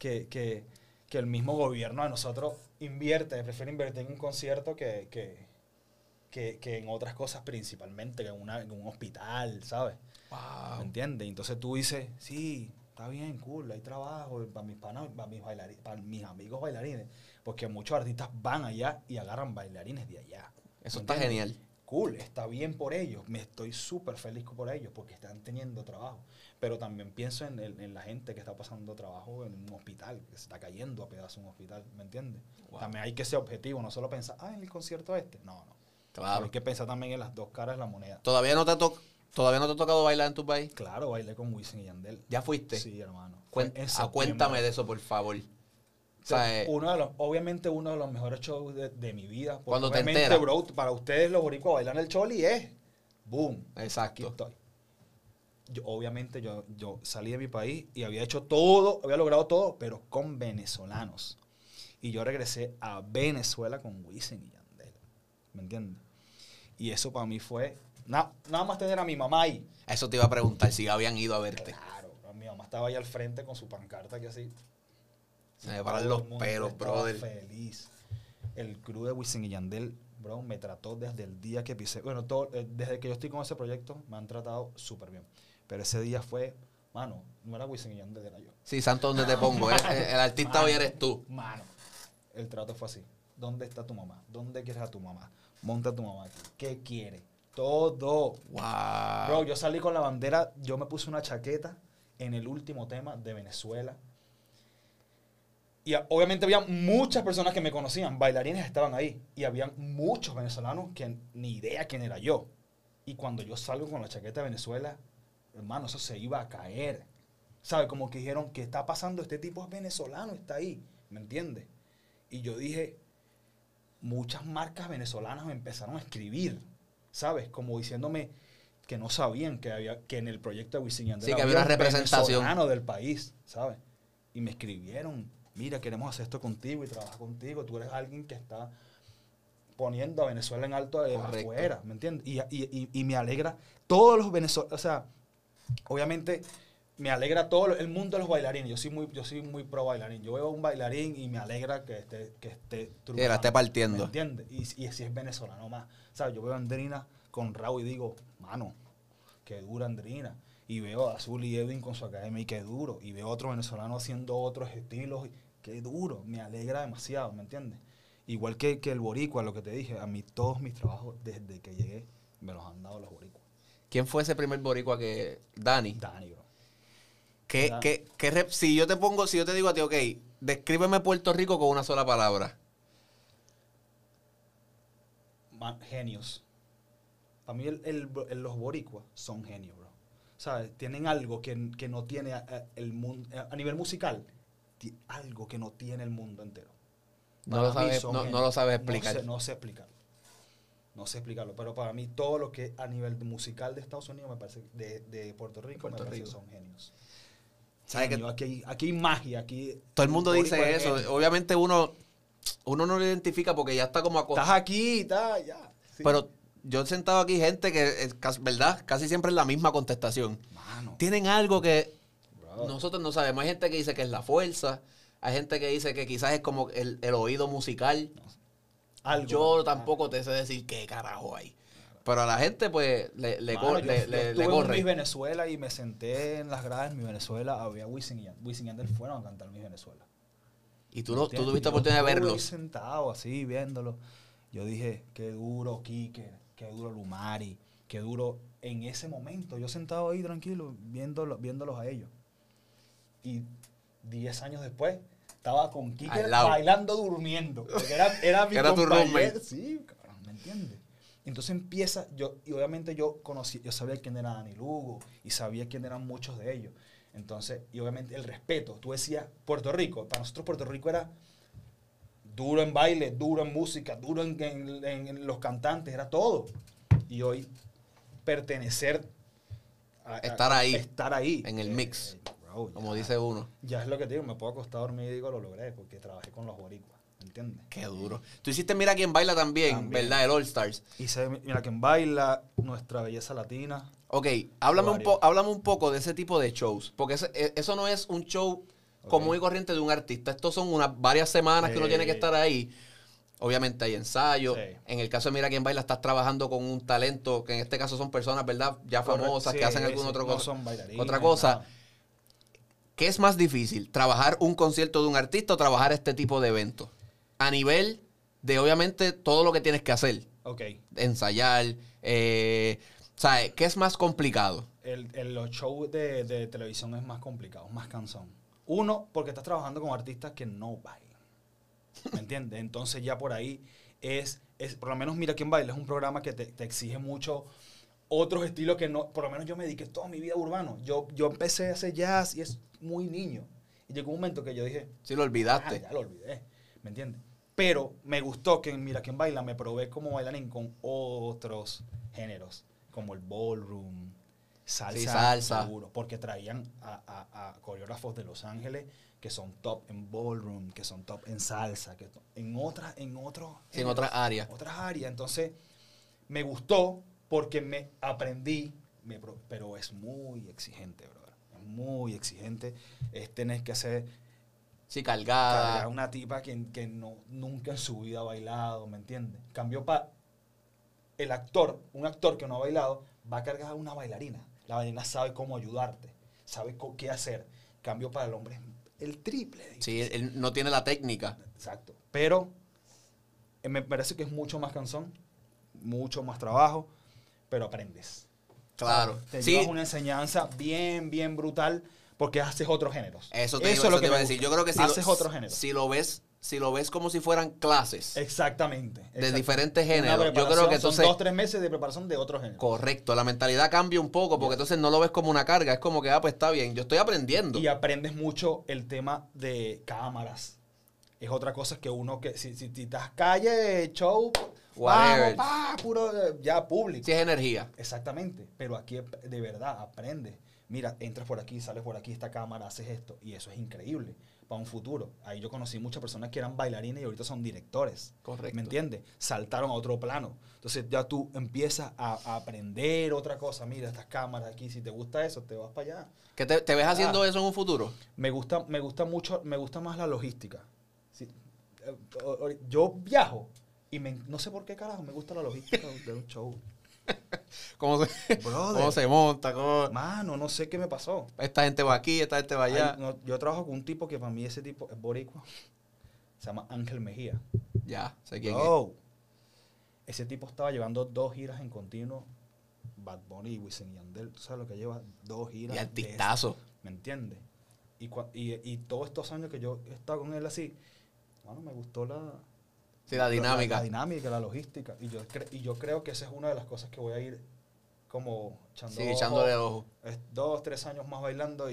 el mismo gobierno de nosotros prefiere invertir en un concierto que en otras cosas principalmente, que en un hospital, ¿sabes? Wow. ¿Me entiendes? Entonces tú dices, sí, está bien, cool, hay trabajo para mis panas, para mis amigos bailarines, porque muchos artistas van allá y agarran bailarines de allá. Eso ¿Me está entiendes? genial. Cool, está bien por ellos, me estoy súper feliz por ellos porque están teniendo trabajo, pero también pienso en la gente que está pasando trabajo en un hospital, que se está cayendo a pedazos un hospital, ¿me entiendes? Wow. También hay que ser objetivo, no solo pensar, en el concierto no. Claro. Hay que pensar también en las dos caras de la moneda. ¿Todavía no te ha tocado bailar en tu país? Claro, bailé con Wisin y Yandel. ¿Ya fuiste? Sí, hermano. Fue en septiembre. Cuéntame de eso, por favor. O sea, Obviamente uno de los mejores shows de mi vida. porque Cuando te obviamente, enteras. bro, para ustedes los boricuas bailan el choli es boom. Aquí exacto. estoy. Obviamente yo salí de mi país y había hecho todo, había logrado todo, pero con venezolanos. Y yo regresé a Venezuela con Wisin y Yandel. ¿Me entiendes? Y eso para mí fue nada más tener a mi mamá ahí. Eso te iba a preguntar si habían ido a verte. Claro, bro, mi mamá estaba ahí al frente con su pancarta que así. Se me paran Todo los el mundo pelos, estaba brother. feliz. El crew de Wisin y Yandel, bro, me trató desde el día que pisé. Bueno, desde que yo estoy con ese proyecto, me han tratado súper bien. Pero ese día fue, mano, no era Wisin y Yandel, era yo. Sí, santo, ¿dónde te pongo? El artista Mano, hoy eres tú. Mano, el trato fue así. ¿Dónde está tu mamá? ¿Dónde quieres a tu mamá? Monta a tu mamá aquí. ¿Qué quiere? Todo. Wow. Bro, yo salí con la bandera, yo me puse una chaqueta en el último tema de Venezuela. Y obviamente había muchas personas que me conocían, bailarines estaban ahí. Y habían muchos venezolanos que ni idea quién era yo. Y cuando yo salgo con la chaqueta de Venezuela, hermano, eso se iba a caer. ¿Sabes? Como que dijeron, ¿qué está pasando? Este tipo es venezolano, está ahí. ¿Me entiendes? Y yo dije, muchas marcas venezolanas me empezaron a escribir. ¿Sabes? Como diciéndome que no sabían que en el proyecto de Wisin y Yandel Sí, que había una un representación. venezolano del país, ¿sabes? Y me escribieron, mira, queremos hacer esto contigo y trabajar contigo. Tú eres alguien que está poniendo a Venezuela en alto afuera, ¿me entiendes? Y me alegra todos los venezolanos, o sea, obviamente me alegra todo el mundo de los bailarines. Yo soy muy pro bailarín. Yo veo a un bailarín y me alegra que esté Que la esté partiendo. ¿me entiendes? Y si es venezolano más. ¿Sabes? Yo veo a Andrina con Raúl y digo, mano, qué dura Andrina. Y veo a Azul y Edwin con su academia y qué duro. Y veo a otros venezolanos haciendo otros estilos. qué duro, me alegra demasiado, ¿me entiendes? Igual que el boricua, lo que te dije, a mí todos mis trabajos desde que llegué me los han dado los boricuas. ¿Quién fue ese primer boricua que... Dani? Dani, bro. Si yo te digo a ti, ok, descríbeme Puerto Rico con una sola palabra. Genios. Para mí los boricuas son genios, bro. ¿Sabes? Tienen algo que no tiene el mundo, a nivel musical, algo que no tiene el mundo entero. No lo sabes explicar. No sé explicarlo. No sé explicarlo, pero para mí todo lo que a nivel musical de Estados Unidos me parece, de Puerto Rico, me parece que son genios. ¿Sabes Genio, aquí hay magia, aquí... Todo el mundo boricua dice es eso. genio. Obviamente uno no lo identifica porque ya está como Estás aquí, estás ya. Sí. Pero yo he sentado aquí gente que, ¿verdad? Casi siempre es la misma contestación. Mano, Tienen algo que bro. nosotros no sabemos. Hay gente que dice que es la fuerza. Hay gente que dice que quizás es como el oído musical. Algo. Yo tampoco te sé decir qué carajo hay. Pero a la gente, pues, le Mano, yo estuve en corre. Miss Venezuela y me senté en las gradas de Miss Venezuela. Había Wisin y Yandel. Wisin y Yandel fueron a cantar Miss Venezuela. Y tú ¿Entiendes? tuviste Yo oportunidad de estuve ahí verlos. sentado así, viéndolo. Yo dije, qué duro Kike, qué duro Lumari, qué duro en ese momento. Yo sentado ahí tranquilo, viéndolos a ellos. Y 10 años después, estaba con Kike Al lado. bailando, durmiendo. Porque era mi Era tu compañero. roommate. Sí, cabrón, ¿me entiendes? Entonces empieza, y obviamente yo sabía quién era Dani Lugo y sabía quién eran muchos de ellos. Entonces, y obviamente el respeto. Tú decías, Puerto Rico, para nosotros Puerto Rico era duro en baile, duro en música, duro en los cantantes, era todo. Y hoy pertenecer Estar ahí, en en el mix, bro, como dice uno. Ya es lo que te digo, me puedo acostar a dormir y digo, lo logré, porque trabajé con los boricuas, ¿entiendes? Qué duro. Tú hiciste Mira Quién Baila también, ¿verdad? El All Stars. Hice Mira Quién Baila, Nuestra Belleza Latina. Ok, háblame Varios. háblame un poco de ese tipo de shows. Porque eso no es un show común y corriente de un artista. Estos son varias semanas que uno tiene que estar ahí. Obviamente hay ensayos. Sí. En el caso de Mira Quién Baila, estás trabajando con un talento, que en este caso son personas, ¿verdad? Ya Correcto, famosas, sí, que hacen sí, alguna otra no cosa. son bailarines, Otra cosa. nada. ¿Qué es más difícil? ¿Trabajar un concierto de un artista o trabajar este tipo de eventos? A nivel de, obviamente, todo lo que tienes que hacer. Ok. Ensayar. ¿Sabes? ¿Qué es más complicado? Los shows de televisión es más complicado, más cansón. Uno, porque estás trabajando con artistas que no bailan. ¿Me entiendes? Entonces ya por ahí por lo menos Mira Quién Baila es un programa que te exige mucho otros estilos que no, por lo menos yo me dediqué toda mi vida a urbano. Yo empecé a hacer jazz y es muy niño. Y llegó un momento que yo dije, Si lo olvidaste. ya lo olvidé, ¿me entiendes? Pero me gustó que en Mira Quién Baila me probé como bailarín con otros géneros, como el ballroom, salsa, Sí, salsa. seguro, porque traían a coreógrafos de Los Ángeles que son top en ballroom, que son top en salsa, en otras áreas. Otras áreas. Entonces, me gustó porque aprendí, pero es muy exigente, brother. Es muy exigente. Tenés que hacer Sí, cargar cargada. a una tipa que nunca en su vida ha bailado, ¿me entiendes? Cambio para un actor que no ha bailado, va a cargar a una bailarina. La bailarina sabe cómo ayudarte, sabe qué hacer. Cambio para el hombre, el triple. Sí, él no tiene la técnica. Exacto. Pero me parece que es mucho más cansón, mucho más trabajo, pero aprendes. Claro. Te Sí, llevas una enseñanza bien, bien brutal porque haces otros géneros. eso es lo que te iba a me decir. gusta. Yo creo que haces otros géneros. si lo ves como si fueran clases Exactamente. de diferentes Una géneros, yo preparación, creo que entonces... son 2-3 meses de preparación de otro género. Correcto, la mentalidad cambia un poco porque entonces no lo ves como una carga, es como que, pues está bien, yo estoy aprendiendo. Y aprendes mucho el tema de cámaras. Es otra cosa que si estás calle, show, Whatever. vamos, puro, ya público. Si es energía. Exactamente, pero aquí de verdad aprendes. Mira, entras por aquí, sales por aquí, esta cámara, haces esto. Y eso es increíble para un futuro. Ahí yo conocí muchas personas que eran bailarines y ahorita son directores. Correcto. ¿Me entiendes? Saltaron a otro plano. Entonces ya tú empiezas a aprender otra cosa. Mira, estas cámaras aquí, si te gusta eso, te vas para allá. ¿Que te ves haciendo eso en un futuro? Me gusta mucho, me gusta más la logística. Sí, yo viajo y no sé por qué carajo me gusta la logística de un show. Brother. cómo se monta, Mano, no sé qué me pasó. esta gente va aquí, esta gente va allá. Ay, no, yo trabajo con un tipo que para mí ese tipo es boricua. Se llama Ángel Mejía. Ya, sé quién es. Bro, ese tipo estaba llevando 2 giras en continuo. Bad Bunny y Wisin y Yandel. ¿Tú sabes lo que lleva? 2 giras. Y artistazo. ¿Me entiendes? Y todos estos años que yo he estado con él así, bueno, me gustó La dinámica. La dinámica, la logística. Y yo creo que esa es una de las cosas que voy a ir como echándole el ojo. 2, 3 años más bailando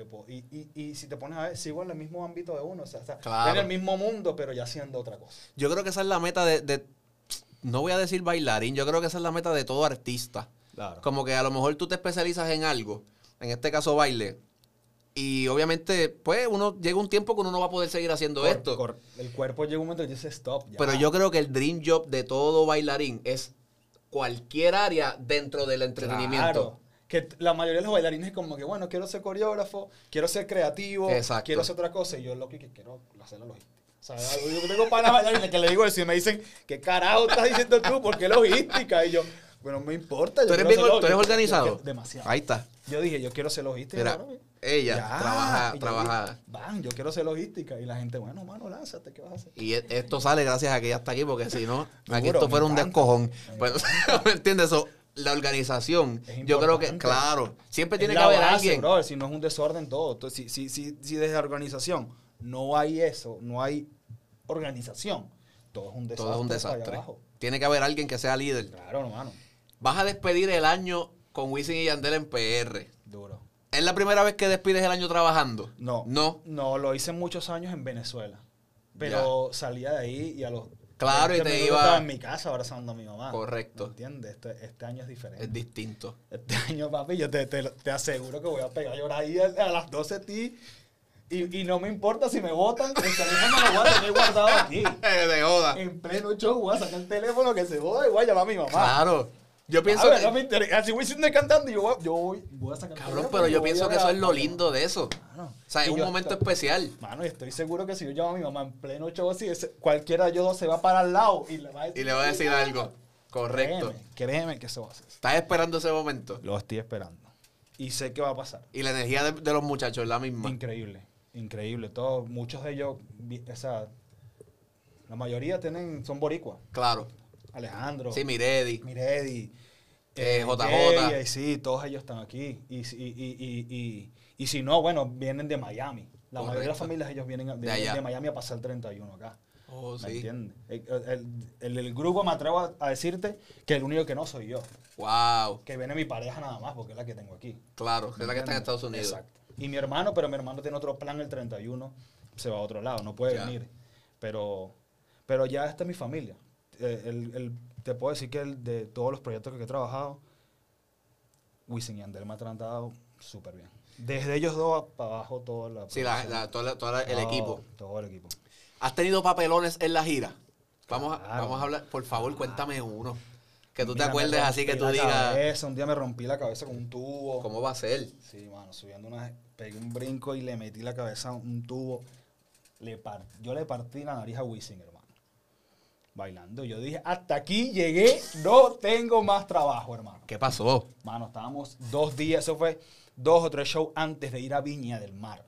y si te pones a ver, sigo en el mismo ámbito de uno. O sea, Claro. en el mismo mundo, pero ya haciendo otra cosa. Yo creo que esa es la meta no voy a decir bailarín, yo creo que esa es la meta de todo artista. Claro. Como que a lo mejor tú te especializas en algo, en este caso baile, y obviamente, pues, llega un tiempo que uno no va a poder seguir haciendo esto. El cuerpo llega un momento que dice stop. Ya. Pero yo creo que el dream job de todo bailarín es cualquier área dentro del entretenimiento. Claro. Que la mayoría de los bailarines es como que, bueno, quiero ser coreógrafo, quiero ser creativo, Exacto. quiero hacer otra cosa. Y yo lo que quiero hacer la logística. O sea, yo tengo panas bailarines que le digo eso y me dicen, ¿qué carajo estás diciendo tú? ¿Por qué logística? Y yo, bueno, no me importa. ¿Tú eres organizado? Demasiado. Ahí está. Yo dije, yo quiero ser logística. Mira, claro. ella Ya. trabaja. Van, yo quiero ser logística. Y la gente, bueno, mano, lánzate, ¿qué vas a hacer? Y esto sale gracias a que ella está aquí, porque si no, aquí Duro, esto fuera me un encanta. descojón. Me Pero, ¿me entiendes? Eso, la organización, Es yo creo que, importante. claro, siempre tiene Es que la haber base, alguien. brother, si no es un desorden todo. Entonces, si desde la organización no hay eso, no hay organización, todo es un desastre. Todo es un para allá desastre. abajo. Tiene que haber alguien que sea líder. Claro, hermano. Vas a despedir el año con Wisin y Yandel en PR. Duro. ¿Es la primera vez que despides el año trabajando? No. No. No, lo hice muchos años en Venezuela. Pero salía de ahí y a los Claro, y 20 te minutos iba- estaba en mi casa abrazando a mi mamá. Correcto. ¿Me entiendes? Este año es diferente. Es distinto. Este año, papi, yo te aseguro que voy a pegar a llorar ahí a las 12 de ti. Y no me importa si me botan, el teléfono lo voy a tener guardado aquí. De joda. En pleno show voy a sacar el teléfono que se joda y voy a llamar a mi mamá. Claro. Yo pienso A ver, que... no me interesa. Así voy siendo cantando y voy a sacar el Cabrón, teléfono pero y yo voy pienso a que eso es lo grabar. lindo de eso. Mano, O sea, es y un yo momento estoy- especial. Mano, y estoy seguro que si yo llamo a mi mamá en pleno show así, cualquiera de ellos dos se va para al lado y le va a decir... Y le voy a decir algo. Correcto. Créeme que eso va a ser. Estás esperando ese momento. Lo estoy esperando. Y sé que va a pasar. Y la energía de los muchachos es la misma. Increíble, increíble. Muchos de ellos, o sea, la mayoría son boricuas. Claro. Alejandro, Sí, Miredi. Miredi, JJ. Jay, sí, todos ellos están aquí. Y si no, bueno, vienen de Miami. La mayoría de las Correcto. familias ellos vienen allá. de Miami a pasar el 31 acá. Oh, ¿Me sí. entiendes? El grupo me atrevo a decirte que el único que no soy yo. Wow. Que viene mi pareja nada más, porque es la que tengo aquí. Claro, es la que está en Estados Unidos. Exacto. Y mi hermano, pero mi hermano tiene otro plan el 31, se va a otro lado, no puede Ya. venir. Pero ya esta es mi familia. Te puedo decir que de todos los proyectos que he trabajado, Wisin y Yandel me ha tratado súper bien. Desde ellos dos para abajo, toda la Sí, producción. todo el equipo. Todo el equipo. ¿Has tenido papelones en la gira? Vamos Claro. a hablar. Por favor, cuéntame uno. Que tú te Mira, me acuerdes así que rompí tú la digas, cabeza, un día me rompí la cabeza con un tubo. ¿cómo va a ser? Sí, mano, pegué un brinco y le metí la cabeza a un tubo. Yo le partí la nariz a Wisin, hermano. Bailando. Yo dije, hasta aquí llegué, no tengo más trabajo, hermano. ¿Qué pasó? Mano, estábamos 2 días, eso fue 2 o 3 shows antes de ir a Viña del Mar.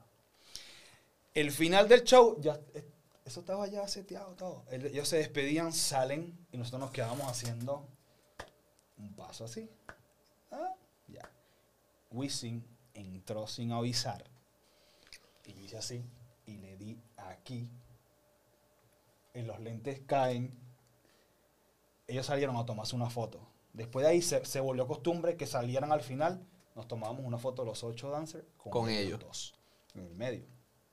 El final del show, eso estaba ya seteado todo. Ellos se despedían, salen y nosotros nos quedábamos haciendo un paso así. Ya. Wisin entró sin avisar. Y yo hice así y le di aquí. Y los lentes caen. Ellos salieron a tomarse una foto. Después de ahí se volvió costumbre que salieran al final. Nos tomábamos una foto los 8 dancers Con ellos. 2 en el medio.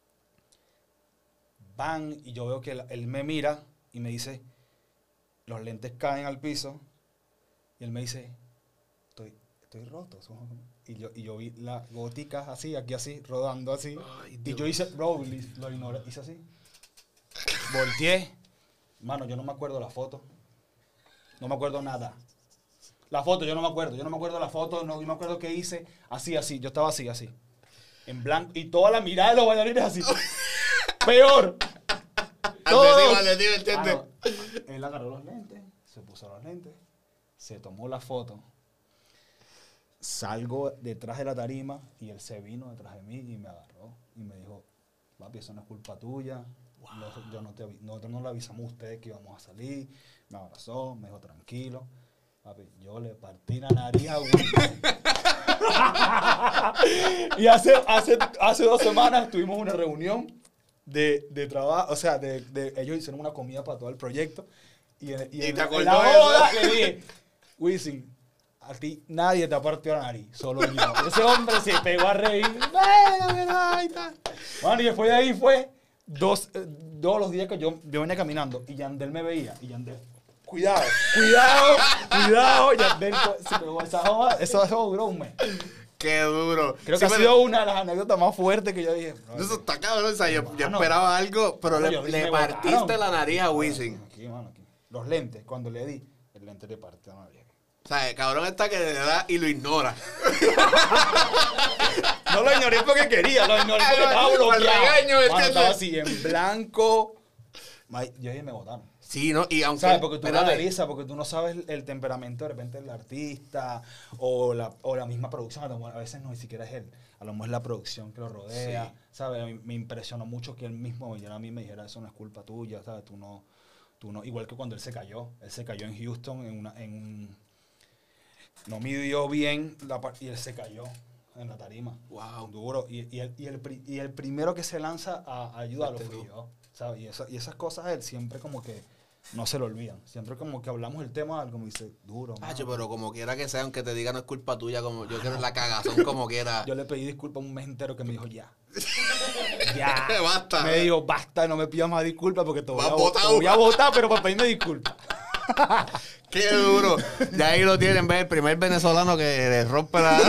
Van y yo veo que él me mira y me dice, los lentes caen al piso. Y él me dice, estoy roto. Y yo vi las goticas así, aquí así, rodando así. Ay, Y yo hice, bro, lo ignoré, hice así. Volteé. Mano, yo no me acuerdo la foto. No me acuerdo nada. La foto, yo no me acuerdo. Yo no me acuerdo la foto, no, yo me acuerdo qué hice. Así. Yo estaba así. En blanco. Y toda la mirada de los bailarines así. Peor. Todos. Mano, él agarró los lentes, se puso los lentes, se tomó la foto. salgo detrás de la tarima y él se vino detrás de mí y me agarró y me dijo, papi, eso no es culpa tuya. Wow. Nosotros no le avisamos a ustedes que íbamos a salir. Me abrazó, me dijo, tranquilo. Papi, yo le partí la nariz a Wilson. Y hace 2 semanas tuvimos una reunión de trabajo, o sea, ellos hicieron una comida para todo el proyecto. Y te acordó en la boda eso. le dije, Wisin, a ti nadie te ha partido la nariz, solo yo. Ese hombre se pegó a reír. Bueno, y después de ahí fue todos los días que yo venía caminando y Yandel me veía. Y Yandel, cuidado, Yandel se pegó esa joda. Eso duró un mes. Qué duro. Creo que ha sido una de las anécdotas más fuertes que yo dije. Eso está cabrón, o sea, yo esperaba algo, pero le partiste la nariz a Wisin. Aquí. Los lentes, cuando le di, el lente le partió la nariz. O sea, el cabrón está que le da y lo ignora. No lo ignoré porque quería, lo ignoré porque estaba bloqueado. Estaba así, en blanco. Yo dije, me botaron. Sí, ¿no? Y aunque... ¿Sabes? Porque tú la analizas, porque tú no sabes el temperamento de repente del artista o la misma producción. A veces no, ni siquiera es él. A lo mejor es la producción que lo rodea. Sí. ¿Sabes? A mí me impresionó mucho que él mismo viniera a mí y me dijera, eso no es culpa tuya, ¿sabes? Tú no... Igual que cuando él se cayó. Él se cayó en Houston no midió bien y él se cayó en la tarima. Wow. Duro. Y el primero que se lanza a ayudarlo fui yo. ¿Sabes? Y esas cosas él siempre como que no se lo olvidan. Siempre como que hablamos el tema, algo me dice, duro. Pero como quiera que sea, aunque te diga no es culpa tuya, como yo quiero la cagazón como quiera. Yo le pedí disculpas un mes entero que me dijo, ya. Ya. Basta. Me dijo, basta, no me pidas más disculpas porque te voy a votar, pero para pedirme disculpas. Qué duro. De ahí lo tienen, ve, el primer venezolano que le rompe la...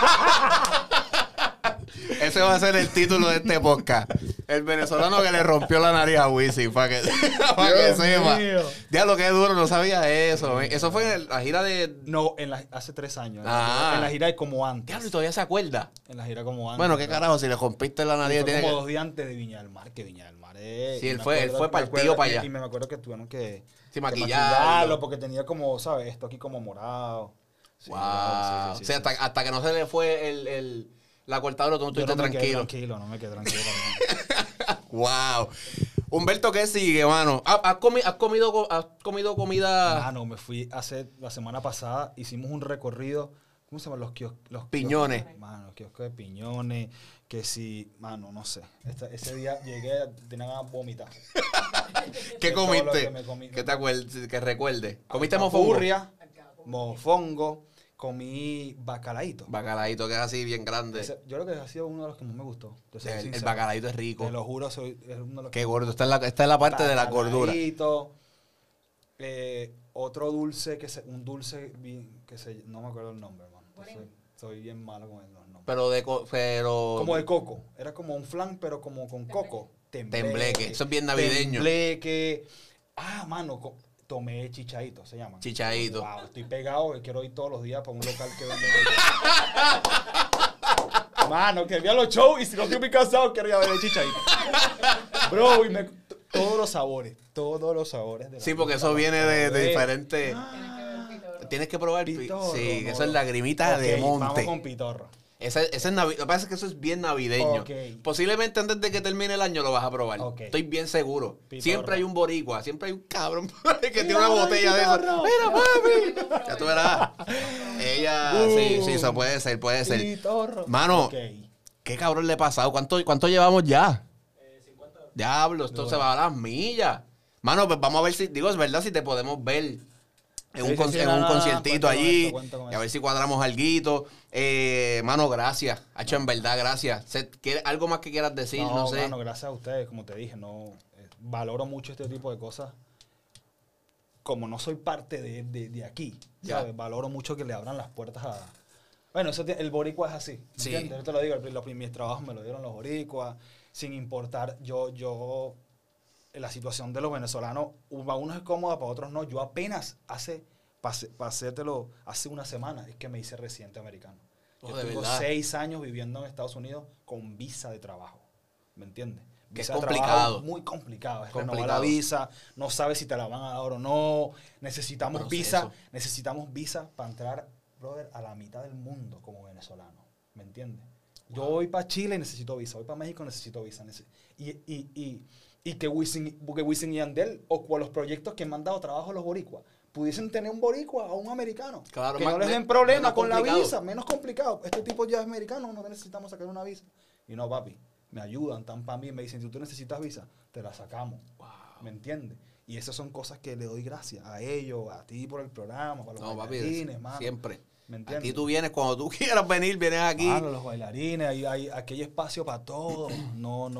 Ese va a ser el título de este podcast. El venezolano que le rompió la nariz a Wisin, para que sepa. Diablo, qué duro, no sabía eso. Eso fue en la gira de... No, hace 3 años. En la gira de Como Antes. Diablo, ¿y todavía se acuerda? En la gira Como Antes. Bueno, qué carajo, si le rompiste la nariz... Fue como 2 días antes de Viña del Mar, que Viña del Mar es... Sí, él fue partido para allá. Y me acuerdo que tuvieron que maquillarlo, porque tenía como, ¿sabes? Esto aquí como morado. Sí, wow. Sí. O sea, hasta que no se le fue la cortadora, tú no estuviste tranquilo. No me quedé tranquilo. Wow. Humberto, ¿qué sigue, mano? ¿Has comido comida? Mano, me fui la semana pasada, hicimos un recorrido. ¿Cómo se llaman los kioscos? Los Piñones. Mano, los kioscos de Piñones. Que si, mano, no sé. Ese día llegué, tenía ganas de vomitar. ¿Qué comiste? ¿Qué te acuerdes? Que recuerde. ¿Comiste mofongo? Mofongo. Comí bacalaíto. Bacalaíto, que es así bien grande. Yo creo que ha sido uno de los que más me gustó. El bacalaíto es rico. Te lo juro, es uno de los Qué gordo. Esta es la parte de la gordura. Otro dulce, un dulce no me acuerdo el nombre, hermano. Soy bien malo con los nombres. Pero... Como de coco. Era como un flan, pero como con coco. Tembleque. Eso es bien navideño. Tembleque. Mano, tomé chichaito, se llama. Chichaito. Wow, estoy pegado y quiero ir todos los días para un local que vende. Mano, que vea los shows y si no estoy muy cansado, quiero ir a ver el chichaito. Bro, todos los sabores de sí, porque eso viene de diferentes... Tienes que probar pitorro. Sí, eso es lagrimita de monte. Vamos con pitorro. Ese es lo que pasa es que eso es bien navideño. Posiblemente antes de que termine el año lo vas a probar. Estoy bien seguro. Pitorro. Siempre hay un boricua, siempre hay un cabrón que tiene una botella de eso. ¡Mira, papi! Ya tú verás. Ella, sí, eso puede ser. Pitorro. Mano, ¿qué cabrón le ha pasado? ¿Cuánto llevamos ya? 50. Diablo, esto se va a las millas. Mano, pues vamos a ver si, es verdad, si te podemos ver en un conciertito allí. Y a ver si cuadramos alguito. Mano, gracias. Hacho, en verdad, gracias. ¿Algo más que quieras decir? No sé. Mano, gracias a ustedes, como te dije. Valoro mucho este tipo de cosas. Como no soy parte de aquí, ¿sabes? Valoro mucho que le abran las puertas a... Bueno, el boricua es así. Sí. Yo te lo digo, mis trabajos me lo dieron los boricuas. Sin importar, yo la situación de los venezolanos, para unos es cómoda, para otros no. Yo apenas hace 1 semana es que me hice residente americano. Yo tengo 6 años viviendo en Estados Unidos con visa de trabajo. ¿Me entiendes? Que es complicado. Muy complicado. Es renovar la visa, no sabes si te la van a dar o no. Necesitamos visa para entrar brother, a la mitad del mundo como venezolano. ¿Me entiendes? Yo voy para Chile y necesito visa. Voy para México y necesito visa. Y que Wisin y Yandel o con los proyectos que me han dado trabajo a los boricuas pudiesen tener un boricua o un americano. Claro, que no les den problema con la visa. Menos complicado. Este tipo ya es americano, no necesitamos sacar una visa. Y no, papi, me ayudan, tan para mí, me dicen, si tú necesitas visa, te la sacamos. Wow. ¿Me entiendes? Y esas son cosas que le doy gracias a ellos, a ti por el programa, para los bailarines, mano. Siempre. ¿Me entiendes? Aquí tú vienes, cuando tú quieras venir, vienes aquí. Mano, los bailarines, hay aquí hay espacio para todos. No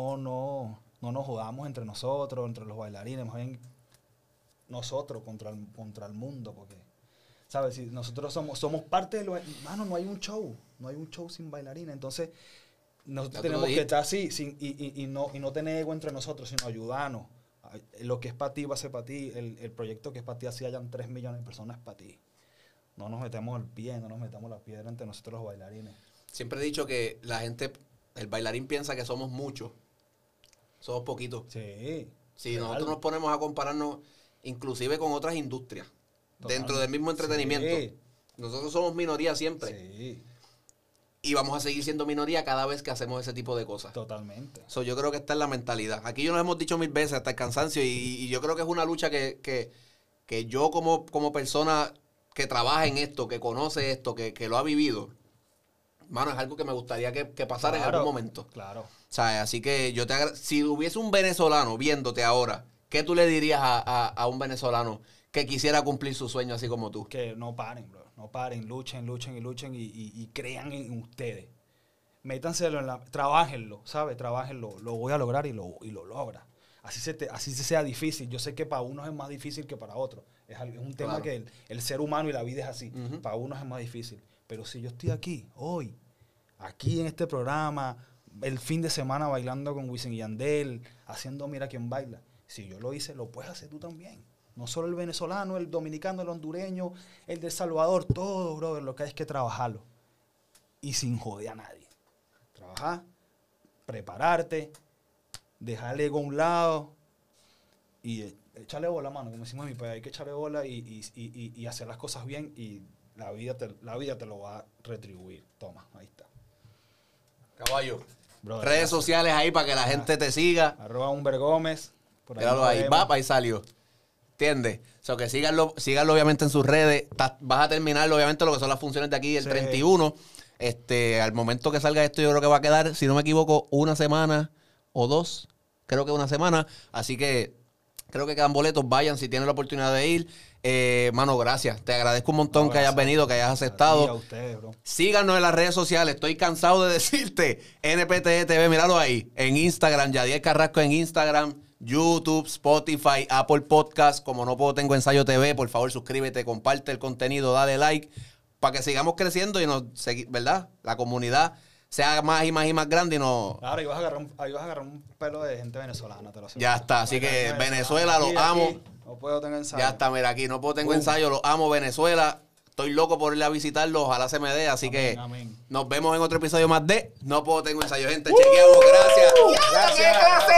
nos jodamos entre nosotros, entre los bailarines, más bien nosotros contra el mundo, porque, ¿sabes? Si nosotros somos parte de lo... Mano, no hay un show sin bailarines, entonces nosotros tenemos que estar así y no tener ego entre nosotros, sino ayudarnos. Lo que es para ti va a ser para ti, el proyecto que es para ti, así hayan 3 millones de personas, es para ti. No nos metemos el pie, no nos metamos la piedra entre nosotros los bailarines. Siempre he dicho que la gente, el bailarín piensa que somos muchos, somos poquitos. Sí. Si nosotros nos ponemos a compararnos inclusive con otras industrias, dentro del mismo entretenimiento, sí. Nosotros somos minoría siempre. Sí. Y vamos a seguir siendo minoría cada vez que hacemos ese tipo de cosas. Totalmente. Yo creo que esta es la mentalidad. Aquí yo nos hemos dicho 1000 veces hasta el cansancio y yo creo que es una lucha que yo como persona que trabaja en esto, que conoce esto, que lo ha vivido, mano, es algo que me gustaría que pasara en algún momento. Claro. O sea, así que si hubiese un venezolano viéndote ahora, ¿qué tú le dirías a un venezolano que quisiera cumplir su sueño así como tú? Que no paren, bro. No paren, luchen y crean en ustedes. Métanselo trabájenlo, ¿sabes? Trabájenlo. Lo voy a lograr y lo logra. Así sea difícil. Yo sé que para unos es más difícil que para otros. Es un tema que el ser humano y la vida es así. Uh-huh. Para unos es más difícil. Pero si yo estoy aquí, hoy, aquí en este programa, el fin de semana bailando con Wisin y Yandel, haciendo Mira Quién Baila. Si yo lo hice, lo puedes hacer tú también. No solo el venezolano, el dominicano, el hondureño, el de El Salvador, todo, brother. Lo que hay es que trabajarlo. Y sin joder a nadie. Trabajar, prepararte, dejar el ego a un lado y echarle bola, mano. Como decimos en mi país, hay que echarle bola y hacer las cosas bien y la vida te lo va a retribuir. Toma, ahí está. Caballo. Brother, redes sociales ahí para que la gente te siga. @Humber Gómez. Míralo ahí, ahí salió. ¿Entiendes? O sea, que síganlo obviamente en sus redes. Vas a terminar obviamente lo que son las funciones de aquí el 31. Al momento que salga esto yo creo que va a quedar, si no me equivoco, 1 semana o 2. Creo que 1 semana. Así que creo que quedan boletos. Vayan si tienen la oportunidad de ir. Mano, gracias. Te agradezco un montón que hayas venido, que hayas aceptado. A ustedes, bro. Síganos en las redes sociales. Estoy cansado de decirte. NPTE TV, míralo ahí. En Instagram, Yadiel Carrasco en Instagram. YouTube, Spotify, Apple Podcast, como No Puedo Tengo Ensayo TV, por favor suscríbete, comparte el contenido, dale like, para que sigamos creciendo y ¿verdad? La comunidad sea más y más grande y no... Claro, ahí vas a agarrar un pelo de gente venezolana, te lo aseguro. Ya está, así que Venezuela, los amo. No puedo tener ensayo. Ya está, mira, aquí No Puedo Tengo Ensayo, los amo, Venezuela. Estoy loco por ir a visitarlos, ojalá se me dé, así que nos vemos en otro episodio más de No Puedo Tengo Ensayo. Gente, chequeamos, gracias. Gracias.